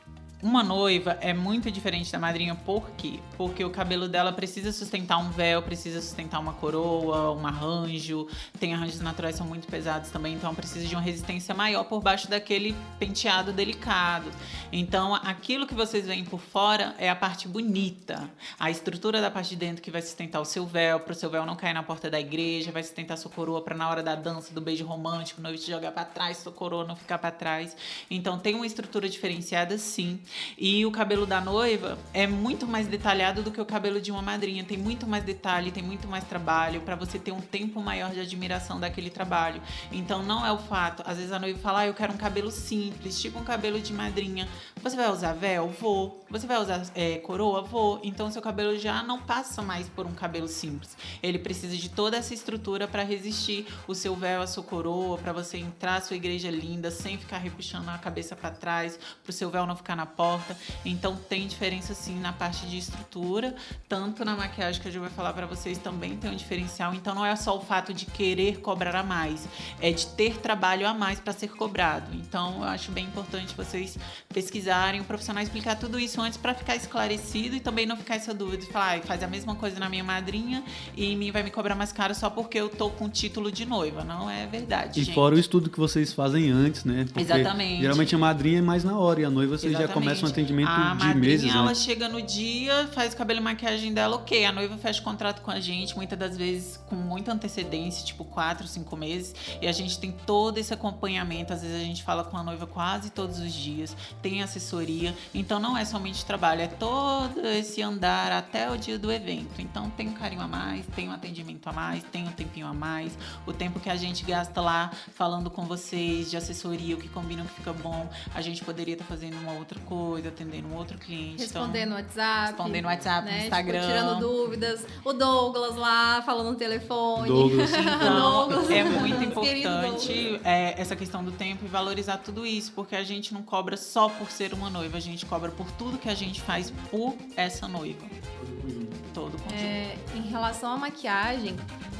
Uma noiva é muito diferente da madrinha, por quê? Porque o cabelo dela precisa sustentar um véu, precisa sustentar uma coroa, um arranjo. Tem arranjos naturais que são muito pesados também, então precisa de uma resistência maior por baixo daquele penteado delicado. Então, aquilo que vocês veem por fora é a parte bonita. A estrutura da parte de dentro que vai sustentar o seu véu, para o seu véu não cair na porta da igreja, vai sustentar a sua coroa para na hora da dança, do beijo romântico, o noivo te jogar para trás, sua coroa não ficar para trás. Então, tem uma estrutura diferenciada, sim. E o cabelo da noiva é muito mais detalhado do que o cabelo de uma madrinha. Tem muito mais detalhe, tem muito mais trabalho para você ter um tempo maior de admiração daquele trabalho. Então não é o fato. Às vezes a noiva fala, ah, eu quero um cabelo simples, tipo um cabelo de madrinha. Você vai usar véu? Vou. Você vai usar é, coroa? Vou. Então seu cabelo já não passa mais por um cabelo simples. Ele precisa de toda essa estrutura para resistir o seu véu, a sua coroa, para você entrar a sua igreja linda sem ficar repuxando a cabeça para trás, para o seu véu não ficar na porta. Então tem diferença sim na parte de estrutura, tanto na maquiagem que eu já vou falar para vocês também tem um diferencial. Então não é só o fato de querer cobrar a mais, é de ter trabalho a mais para ser cobrado. Então eu acho bem importante vocês pesquisarem, o profissional explicar tudo isso antes para ficar esclarecido e também não ficar essa dúvida de falar, ah, faz a mesma coisa na minha madrinha e mim vai me cobrar mais caro só porque eu tô com título de noiva. Não é verdade, E gente. fora o estudo que vocês fazem antes, né? Porque Exatamente. geralmente a madrinha é mais na hora e a noiva vocês já começam um atendimento a de meses madrinha, ela antes. chega no dia, faz o cabelo e maquiagem dela, ok. A noiva fecha contrato com a gente, muitas das vezes com muita antecedência, tipo quatro, cinco meses. E a gente tem todo esse acompanhamento. Às vezes a gente fala com a noiva quase todos os dias, tem assessoria. Então não é somente trabalho, é todo esse andar até o dia do evento. Então tem um carinho a mais, tem um atendimento a mais, tem um tempinho a mais. O tempo que a gente gasta lá falando com vocês, de assessoria, o que combina, o que fica bom, a gente poderia estar fazendo uma outra coisa, atendendo um outro cliente. Respondendo no então, WhatsApp. Respondendo no WhatsApp, né? no Instagram. Tipo, tirando dúvidas. O Douglas lá, falando no telefone. Douglas. Então, Douglas. é muito Querido importante é, essa questão do tempo e valorizar tudo isso, porque a gente não cobra só por ser uma noiva, a gente cobra por tudo que a gente faz por essa noiva. Todo o conjunto. É, em relação à maquiagem,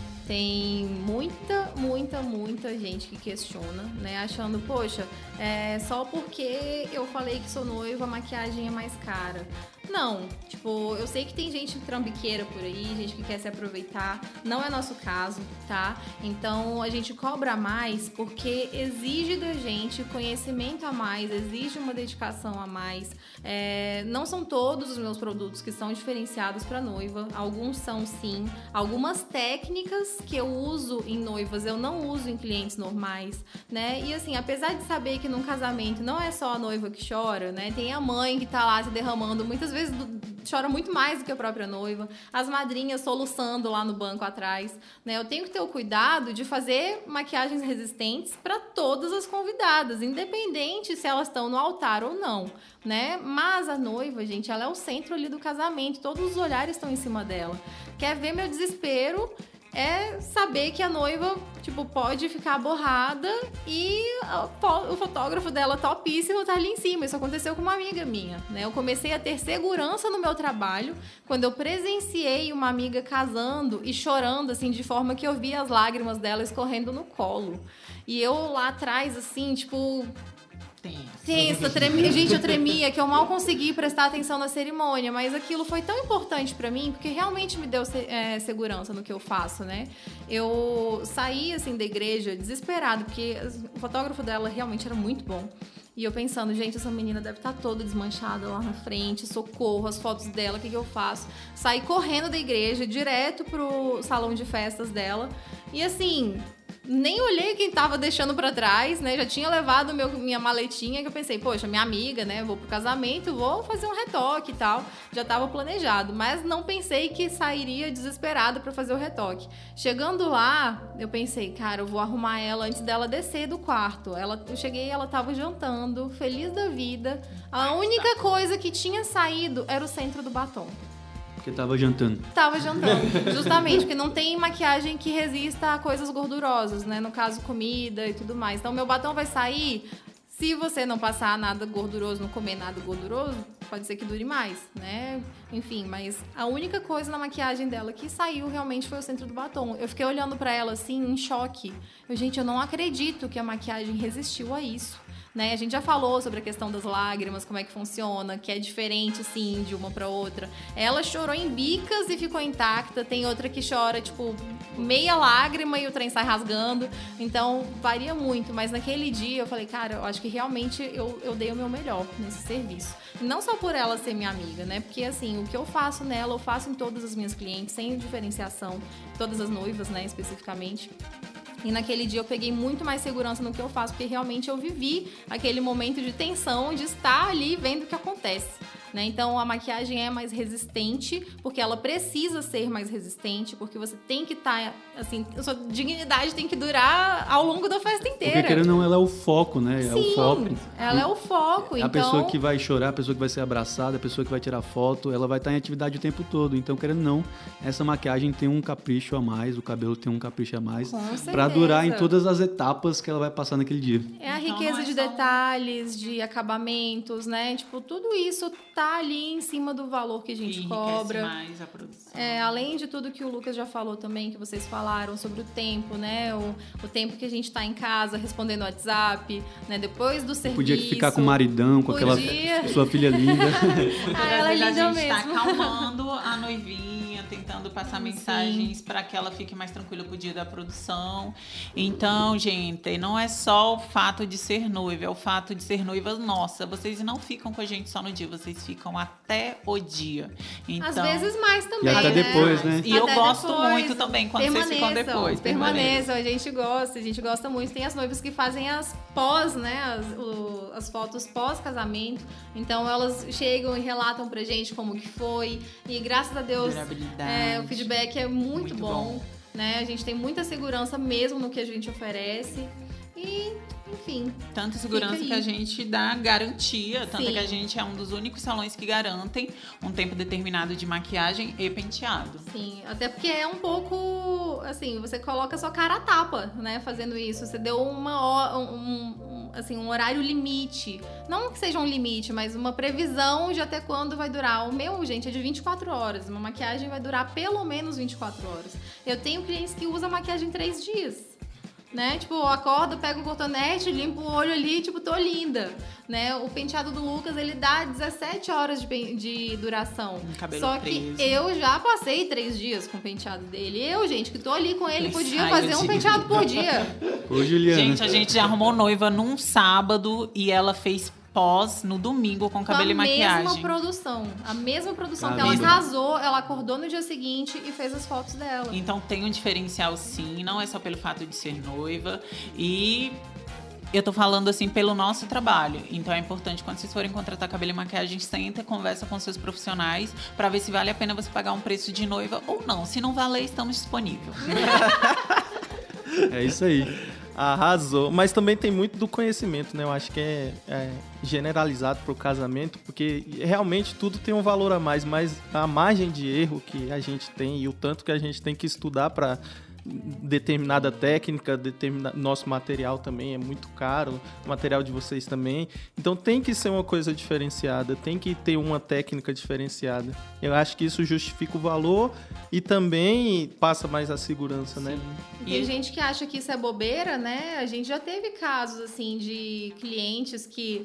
tem muita, muita, muita gente que questiona, né? Achando, poxa, é só porque eu falei que sou noiva, a maquiagem é mais cara. Não, tipo, eu sei que tem gente trambiqueira por aí, gente que quer se aproveitar. Não é nosso caso, tá? Então, a gente cobra mais porque exige da gente conhecimento a mais, exige uma dedicação a mais. É, não são todos os meus produtos que são diferenciados para noiva. Alguns são, sim. Algumas técnicas que eu uso em noivas, eu não uso em clientes normais, né? E assim, apesar de saber que num casamento não é só a noiva que chora, né? Tem a mãe que tá lá se derramando, muitas vezes do, chora muito mais do que a própria noiva. As madrinhas soluçando lá no banco atrás, né? Eu tenho que ter o cuidado de fazer maquiagens resistentes para todas as convidadas, independente se elas estão no altar ou não, né? Mas a noiva, gente, ela é o centro ali do casamento, todos os olhares estão em cima dela. Quer ver meu desespero? É saber que a noiva, tipo, pode ficar borrada e o fotógrafo dela topíssimo tá ali em cima. Isso aconteceu com uma amiga minha, né? Eu comecei a ter segurança no meu trabalho quando eu presenciei uma amiga casando e chorando, assim, de forma que eu via as lágrimas dela escorrendo no colo. E eu lá atrás, assim, tipo... Tensa, tremia. Gente, eu tremia, que eu mal consegui prestar atenção na cerimônia, mas aquilo foi tão importante pra mim, porque realmente me deu é, segurança no que eu faço, né? Eu saí, assim, da igreja desesperada, porque o fotógrafo dela realmente era muito bom. E eu pensando, gente, essa menina deve estar toda desmanchada lá na frente, socorro, as fotos dela, o que, que eu faço? Saí correndo da igreja, direto pro salão de festas dela, e assim... Nem olhei quem tava deixando pra trás, né? Já tinha levado meu, minha maletinha, que eu pensei, poxa, minha amiga, né? Vou pro casamento, vou fazer um retoque e tal. Já tava planejado, mas não pensei que sairia desesperada pra fazer o retoque. Chegando lá, eu pensei, cara, eu vou arrumar ela antes dela descer do quarto. Ela, eu cheguei, ela tava jantando, feliz da vida. A única coisa que tinha saído era o centro do batom. Porque tava jantando. Tava jantando, justamente, porque não tem maquiagem que resista a coisas gordurosas, né? No caso, comida e tudo mais. Então, meu batom vai sair... Se você não passar nada gorduroso, não comer nada gorduroso, pode ser que dure mais, né? Enfim, mas a única coisa na maquiagem dela que saiu realmente foi o centro do batom. Eu fiquei olhando pra ela, assim, em choque. Eu, gente, eu não acredito que a maquiagem resistiu a isso. Né? A gente já falou sobre a questão das lágrimas, como é que funciona, que é diferente, assim, de uma pra outra. Ela chorou em bicas e ficou intacta. Tem outra que chora, tipo, meia lágrima e o trem sai rasgando. Então, varia muito. Mas naquele dia, eu falei, cara, eu acho que realmente eu, eu dei o meu melhor nesse serviço. Não só por ela ser minha amiga, né? Porque, assim, o que eu faço nela, eu faço em todas as minhas clientes, sem diferenciação. Todas as noivas, né, especificamente. E naquele dia eu peguei muito mais segurança no que eu faço, porque realmente eu vivi aquele momento de tensão, de estar ali vendo o que acontece. Né? Então a maquiagem é mais resistente, porque ela precisa ser mais resistente, porque você tem que estar, tá, assim, a sua dignidade tem que durar ao longo da festa inteira. Porque querendo ou não, ela é o foco, né? Sim, é o foco. Ela é o foco. A então... pessoa que vai chorar, a pessoa que vai ser abraçada, a pessoa que vai tirar foto, ela vai estar em atividade o tempo todo. Então, querendo ou não, essa maquiagem tem um capricho a mais, o cabelo tem um capricho a mais, para durar em todas as etapas que ela vai passar naquele dia. É a então, riqueza é de só... detalhes, de acabamentos, né? Tipo, tudo isso tá ali em cima do valor que a gente e cobra. Mais a produção. É, além de tudo que o Lucas já falou também, que vocês falaram sobre o tempo, né? O, o tempo que a gente tá em casa respondendo WhatsApp, né? Depois do serviço. Podia ficar com o maridão, com Podia. aquela sua filha linda. Ah, ela é linda a gente mesmo. tá acalmando a noivinha, tentando passar mensagens para que ela fique mais tranquila pro dia da produção. Então, gente, não é só o fato de ser noiva, é o fato de ser noiva nossa. Vocês não ficam com a gente só no dia, vocês ficam até o dia. Então, às vezes mais também, e até né? depois, né? E eu Até gosto depois, muito também quando vocês ficam depois. Permaneçam, a gente gosta, a gente gosta muito. Tem as noivas que fazem as pós, né? As, o, as fotos pós-casamento. Então elas chegam e relatam pra gente como que foi. E graças a Deus, é, o feedback é muito, muito bom, bom. Né? A gente tem muita segurança mesmo no que a gente oferece. E, enfim. Tanta segurança que a gente dá garantia. Tanto Sim. que a gente é um dos únicos salões que garantem um tempo determinado de maquiagem e penteado. Sim, até porque é um pouco, assim, você coloca a sua cara a tapa, né, fazendo isso. Você deu uma, um, um, assim, um horário limite. Não que seja um limite, mas uma previsão de até quando vai durar. O meu, gente, é de vinte e quatro horas. Uma maquiagem vai durar pelo menos vinte e quatro horas. Eu tenho clientes que usam maquiagem em três dias. Né? Tipo, eu acordo, pego o cotonete, limpo o olho ali, tipo, tô linda, né? O penteado do Lucas, ele dá dezessete horas de, de duração. Um cabelo Só que preso. Eu já passei três dias com o penteado dele. Eu, gente, que tô ali com ele, podia fazer um penteado por dia. Ô, Juliana. Gente, a gente já arrumou noiva num sábado e ela fez pós no domingo com cabelo com e maquiagem. A mesma produção. A mesma produção ah, que ela casou, ela acordou no dia seguinte e fez as fotos dela. Então tem um diferencial sim, não é só pelo fato de ser noiva. E Eu tô falando assim pelo nosso trabalho. Então é importante quando vocês forem contratar cabelo e maquiagem, senta, conversa com seus profissionais para ver se vale a pena você pagar um preço de noiva ou não. Se não valer, estamos disponíveis. É isso aí. Arrasou. Mas também tem muito do conhecimento, né? Eu acho que é, é generalizado pro casamento, porque realmente tudo tem um valor a mais, mas a margem de erro que a gente tem e o tanto que a gente tem que estudar para determinada técnica, determinado nosso material também é muito caro, o material de vocês também, então tem que ser uma coisa diferenciada, tem que ter uma técnica diferenciada. Eu acho que isso justifica o valor e também passa mais a segurança, né? Tem gente que acha que isso é bobeira, né? A gente já teve casos assim de clientes que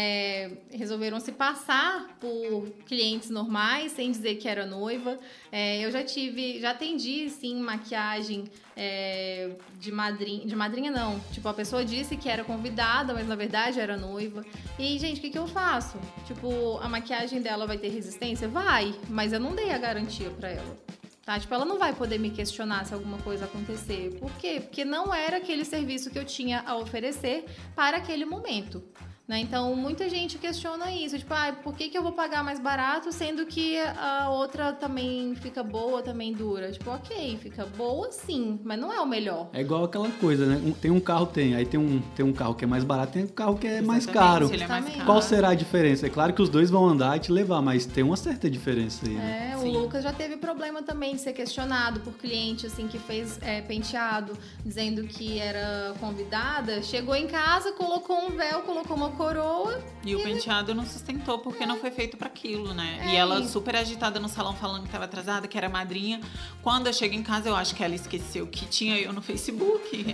é, resolveram se passar por clientes normais sem dizer que era noiva. É, eu já tive, já atendi sim maquiagem é, de madrinha, de madrinha não, tipo a pessoa disse que era convidada, mas na verdade era noiva. E gente, o que que eu faço? Tipo, a maquiagem dela vai ter resistência? Vai, mas eu não dei a garantia pra ela. Tá? Tipo, ela não vai poder me questionar se alguma coisa acontecer. Por quê? Porque não era aquele serviço que eu tinha a oferecer para aquele momento. Né? Então, muita gente questiona isso. Tipo, ah, por que que eu vou pagar mais barato, sendo que a outra também fica boa, também dura? Tipo, ok, fica boa sim, mas não é o melhor. É igual aquela coisa, né? Um, tem um carro, tem. Aí tem um, tem um carro que é mais barato, tem um carro que é Exatamente, mais caro. ele é mais caro. Qual será a diferença? É claro que os dois vão andar e te levar, mas tem uma certa diferença aí, né? É, o Sim. Lucas já teve problema também de ser questionado por cliente, assim, que fez é, penteado, dizendo que era convidada. Chegou em casa, colocou um véu, colocou uma coroa. E o penteado não sustentou porque não foi feito pra aquilo, né? É E ela isso. super agitada no salão falando que tava atrasada, que era madrinha. Quando eu chego em casa, eu acho que ela esqueceu que tinha eu no Facebook.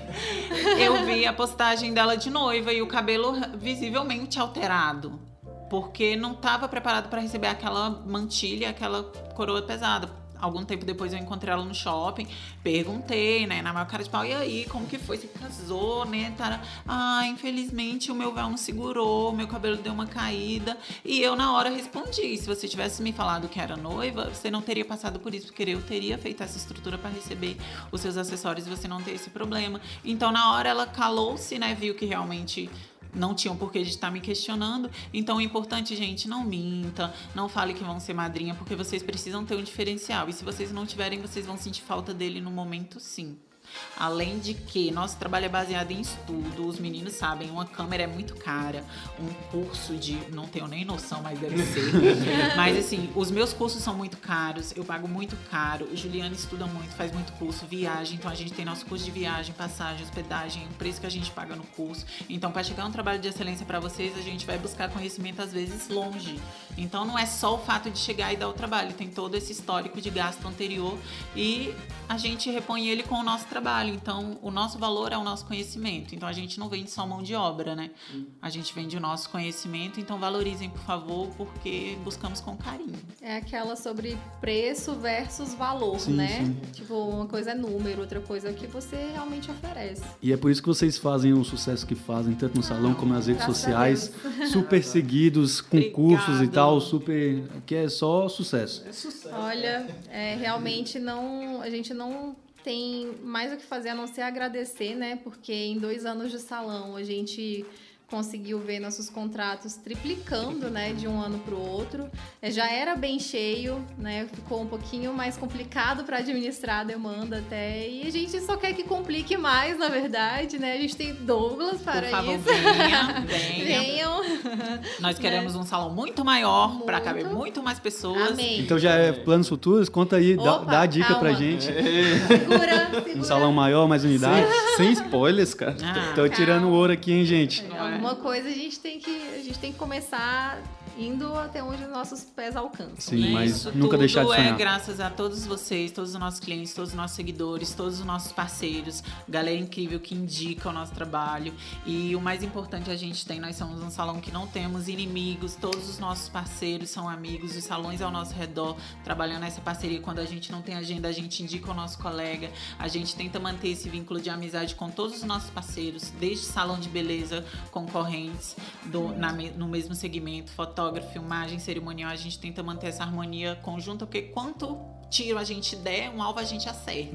Eu vi a postagem dela de noiva e o cabelo visivelmente alterado. Porque não tava preparado pra receber aquela mantilha, aquela coroa pesada. Algum tempo depois eu encontrei ela no shopping, perguntei, né, na maior cara de pau, e aí, como que foi? Você casou, né? Tara? Ah, infelizmente o meu véu não segurou, meu cabelo deu uma caída. E eu na hora respondi, se você tivesse me falado que era noiva, você não teria passado por isso, porque eu teria feito essa estrutura para receber os seus acessórios e você não ter esse problema. Então na hora ela calou-se, né, viu que realmente não tinham porquê de estar me questionando. Então, o importante, gente, não minta, não fale que vão ser madrinha, porque vocês precisam ter um diferencial. E se vocês não tiverem, vocês vão sentir falta dele no momento, sim. Além de que nosso trabalho é baseado em estudo, os meninos sabem, uma câmera é muito cara, um curso de, não tenho nem noção, mas deve ser. Mas assim, os meus cursos são muito caros, eu pago muito caro, o Juliano estuda muito, faz muito curso, viagem, então a gente tem nosso curso de viagem, passagem, hospedagem, o preço que a gente paga no curso. Então, para chegar a um trabalho de excelência para vocês, a gente vai buscar conhecimento às vezes longe. Então, não é só o fato de chegar e dar o trabalho, tem todo esse histórico de gasto anterior e a gente repõe ele com o nosso trabalho. Então, o nosso valor é o nosso conhecimento. Então, a gente não vende só mão de obra, né? A gente vende o nosso conhecimento. Então, valorizem, por favor, porque buscamos com carinho. É aquela sobre preço versus valor, Sim, né? sim. Tipo, uma coisa é número, outra coisa é o que você realmente oferece. E é por isso que vocês fazem o sucesso que fazem, tanto no salão como nas redes graças a sociais, super seguidos, com Obrigado. cursos e tal, super, que é só sucesso. Olha, é, realmente não, a gente não tem mais o que fazer a não ser agradecer, né? Porque em dois anos de salão a gente conseguiu ver nossos contratos triplicando, né, de um ano para o outro. É, já era bem cheio, né, ficou um pouquinho mais complicado para administrar a demanda até, e a gente só quer que complique mais, na verdade, né, a gente tem Douglas para Por favor, isso. venha, venha. Venham. Nós queremos um salão muito maior para Muito. caber muito mais pessoas. Amém. Então já é planos futuros? Conta aí, dá, Opa, dá a dica calma. pra gente. Segura, segura. Um salão maior, mais unidades. Sem spoilers, cara. Ah, Tô tirando o ouro aqui, hein, gente? É, alguma coisa a gente tem que, a gente tem que começar indo até onde os nossos pés alcançam. Sim, né? mas Isso nunca tudo deixar de é sonhar. graças a todos vocês, todos os nossos clientes, todos os nossos seguidores, todos os nossos parceiros, galera incrível que indica o nosso trabalho. E o mais importante a gente tem, nós somos um salão que não temos inimigos, todos os nossos parceiros são amigos, os salões ao nosso redor, trabalhando nessa parceria. Quando a gente não tem agenda, a gente indica o nosso colega, a gente tenta manter esse vínculo de amizade com todos os nossos parceiros, desde salão de beleza, concorrentes do, na, no mesmo segmento, fotógrafos, fotógrafo, filmagem, cerimonial, a gente tenta manter essa harmonia conjunta, porque quanto tiro a gente der, um alvo a gente acerta.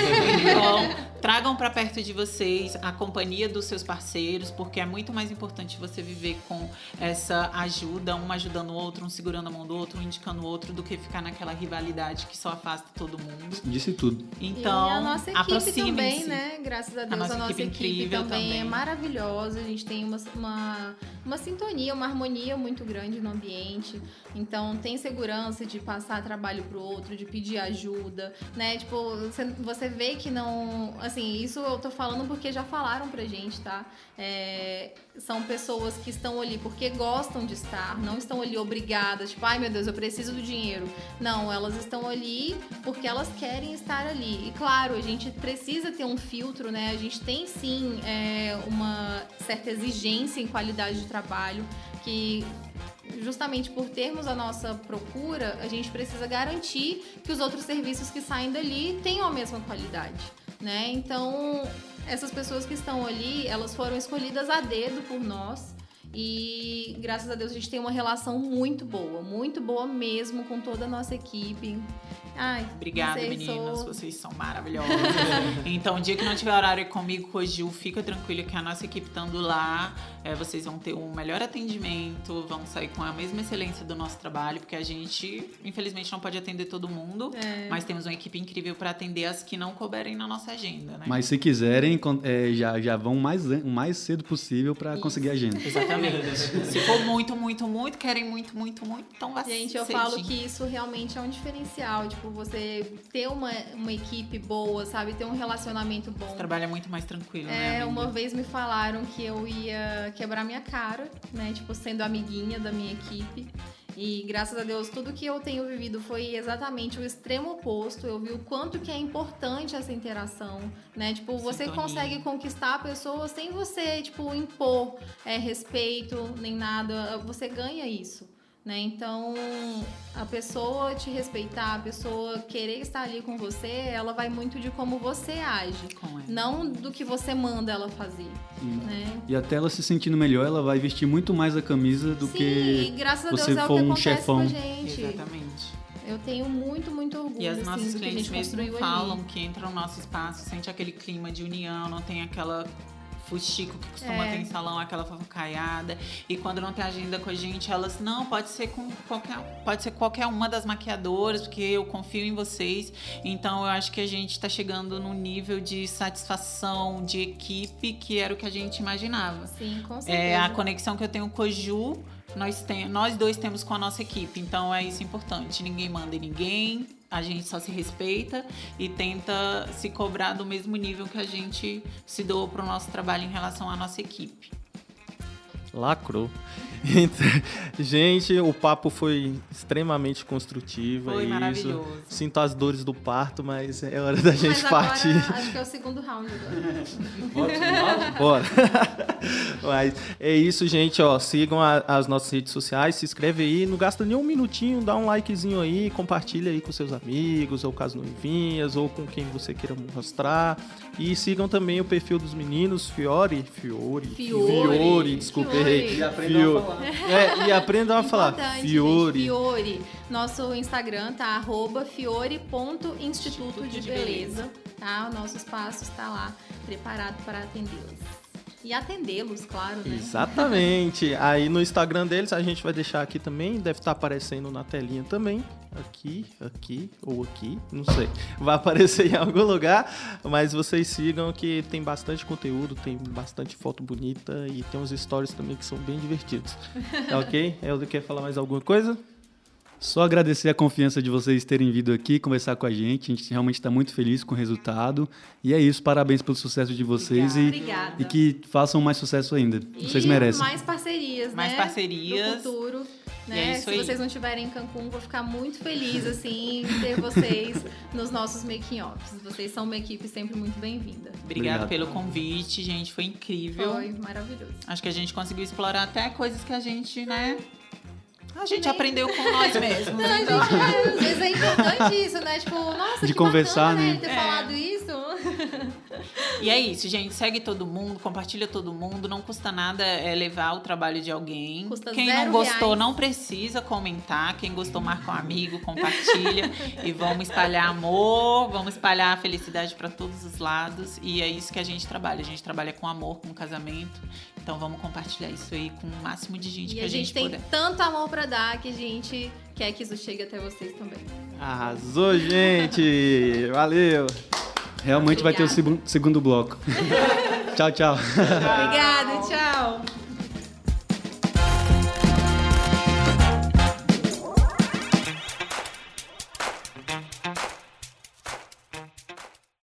Então, tragam para perto de vocês a companhia dos seus parceiros, porque é muito mais importante você viver com essa ajuda, um ajudando o outro, um segurando a mão do outro, um indicando o outro, do que ficar naquela rivalidade que só afasta todo mundo. Disse tudo. Então, e a nossa equipe também, né? Graças a Deus, a nossa, a nossa equipe, equipe também, também é maravilhosa. A gente tem uma, uma, uma sintonia, uma harmonia muito grande no ambiente. Então, tem segurança de passar trabalho pro outro, de pedir ajuda, né? Tipo, você, você vê que não... Assim, isso eu tô falando porque já falaram pra gente, tá? É, são pessoas que estão ali porque gostam de estar, não estão ali obrigadas, tipo, ai meu Deus, eu preciso do dinheiro. Não, elas estão ali porque elas querem estar ali. E claro, a gente precisa ter um filtro, né? A gente tem sim é, uma certa exigência em qualidade de trabalho, que justamente por termos a nossa procura, a gente precisa garantir que os outros serviços que saem dali tenham a mesma qualidade, né? Então, essas pessoas que estão ali, elas foram escolhidas a dedo por nós. E graças a Deus a gente tem uma relação muito boa, muito boa mesmo com toda a nossa equipe. Ai, obrigada, vocês meninas, sou... vocês são maravilhosas. Então, o dia que não tiver horário comigo, com o Gil, fica tranquilo que a nossa equipe estando lá, é, vocês vão ter um melhor atendimento, vão sair com a mesma excelência do nosso trabalho, porque a gente, infelizmente, não pode atender todo mundo, é. mas temos uma equipe incrível para atender as que não couberem na nossa agenda, né? Mas se quiserem, é, já, já vão o mais, mais cedo possível para conseguir a agenda. Exatamente. Se for muito, muito, muito, querem muito, muito, muito, então vai ser. Gente, eu falo que isso realmente é um diferencial, tipo, você ter uma, uma equipe boa, sabe? Ter um relacionamento bom. Você trabalha muito mais tranquilo, é, né, amiga? Uma vez me falaram que eu ia quebrar minha cara, né? Tipo, sendo amiguinha da minha equipe. E graças a Deus, tudo que eu tenho vivido foi exatamente o extremo oposto. Eu vi o quanto que é importante essa interação, né? Tipo, você Sintonia. consegue conquistar a pessoa sem você, tipo, impor é, respeito nem nada. Você ganha isso, né? Então, a pessoa te respeitar, a pessoa querer estar ali com você, ela vai muito de como você age, com ela. Não do que você manda ela fazer. Né? E até ela se sentindo melhor, ela vai vestir muito mais a camisa do Sim, que e graças a Deus você é for o que um acontece chefão. com a gente. Exatamente. Eu tenho muito, muito orgulho. E as nossas assim, clientes que a gente mesmo falam ali. que entram no nosso espaço, sente aquele clima de união, não tem aquela fuxico que costuma é. ter em salão, aquela fofocaiada. E quando não tem agenda com a gente, elas, não, pode ser com qualquer, pode ser qualquer uma das maquiadoras, porque eu confio em vocês. Então eu acho que a gente tá chegando num nível de satisfação de equipe que era o que a gente imaginava. Sim, com certeza. É a conexão que eu tenho com o Ju, nós, tem, nós dois temos com a nossa equipe. Então é isso importante. Ninguém manda em ninguém. A gente só se respeita e tenta se cobrar do mesmo nível que a gente se doou para o nosso trabalho em relação à nossa equipe. Lacrou. Gente, o papo foi extremamente construtivo. Foi é maravilhoso. Isso. Sinto as dores do parto, mas é hora da gente mas agora, partir. Acho que é o segundo round agora. Bora. Bora. Mas é isso, gente. Ó, sigam a, as nossas redes sociais, se inscreve aí, não gasta nem um minutinho, dá um likezinho aí, compartilha aí com seus amigos, ou com as noivinhas, ou com quem você queira mostrar. E sigam também o perfil dos meninos, Fiore. Fiore. Fiore. Fiore, desculpa, Fiore. errei. E aprendam a falar. É, e aprendam a falar. Fiore. Gente, Fiore. Nosso Instagram tá arroba fiore ponto instituto de beleza. Tá? O nosso espaço está lá, preparado para atendê-los. E atendê-los, claro, né? Exatamente. Aí no Instagram deles, a gente vai deixar aqui também, deve estar aparecendo na telinha também. Aqui, aqui ou aqui, não sei. Vai aparecer em algum lugar, mas vocês sigam que tem bastante conteúdo, tem bastante foto bonita e tem uns stories também que são bem divertidos. Tá ok? Helder, quer falar mais alguma coisa? Só agradecer a confiança de vocês terem vindo aqui conversar com a gente. A gente realmente está muito feliz com o resultado. E é isso, parabéns pelo sucesso de vocês. Obrigada. E, e que façam mais sucesso ainda. Vocês e merecem. mais parcerias, mais né? parcerias. Do futuro. E Né? é isso Se aí. vocês não estiverem em Cancún, vou ficar muito feliz assim, em ter vocês nos nossos making-offs. Vocês são uma equipe sempre muito bem-vinda. Obrigado Obrigado. pelo convite, gente. Foi incrível. Foi maravilhoso. Acho que a gente conseguiu explorar até coisas que a gente, né? A gente Nem- aprendeu com nós mesmos. Não, gente, então. é, às vezes é importante isso, né? Tipo, nossa, De que conversar, bacana, né? ele ter É. falado isso. E é isso, gente. Segue todo mundo, compartilha todo mundo. Não custa nada é, levar o trabalho de alguém. Custa Quem zero não gostou, reais. não precisa comentar. Quem gostou, marca um amigo, compartilha. E vamos espalhar amor, vamos espalhar a felicidade para todos os lados. E é isso que a gente trabalha. A gente trabalha com amor, com casamento. Então vamos compartilhar isso aí com o máximo de gente E que a a gente, gente tem puder. tanto amor pra dar que a gente quer que isso chegue até vocês também. Arrasou, gente! Valeu! Realmente vai ter o Obrigada. segu- segundo bloco. Tchau, tchau. Obrigada,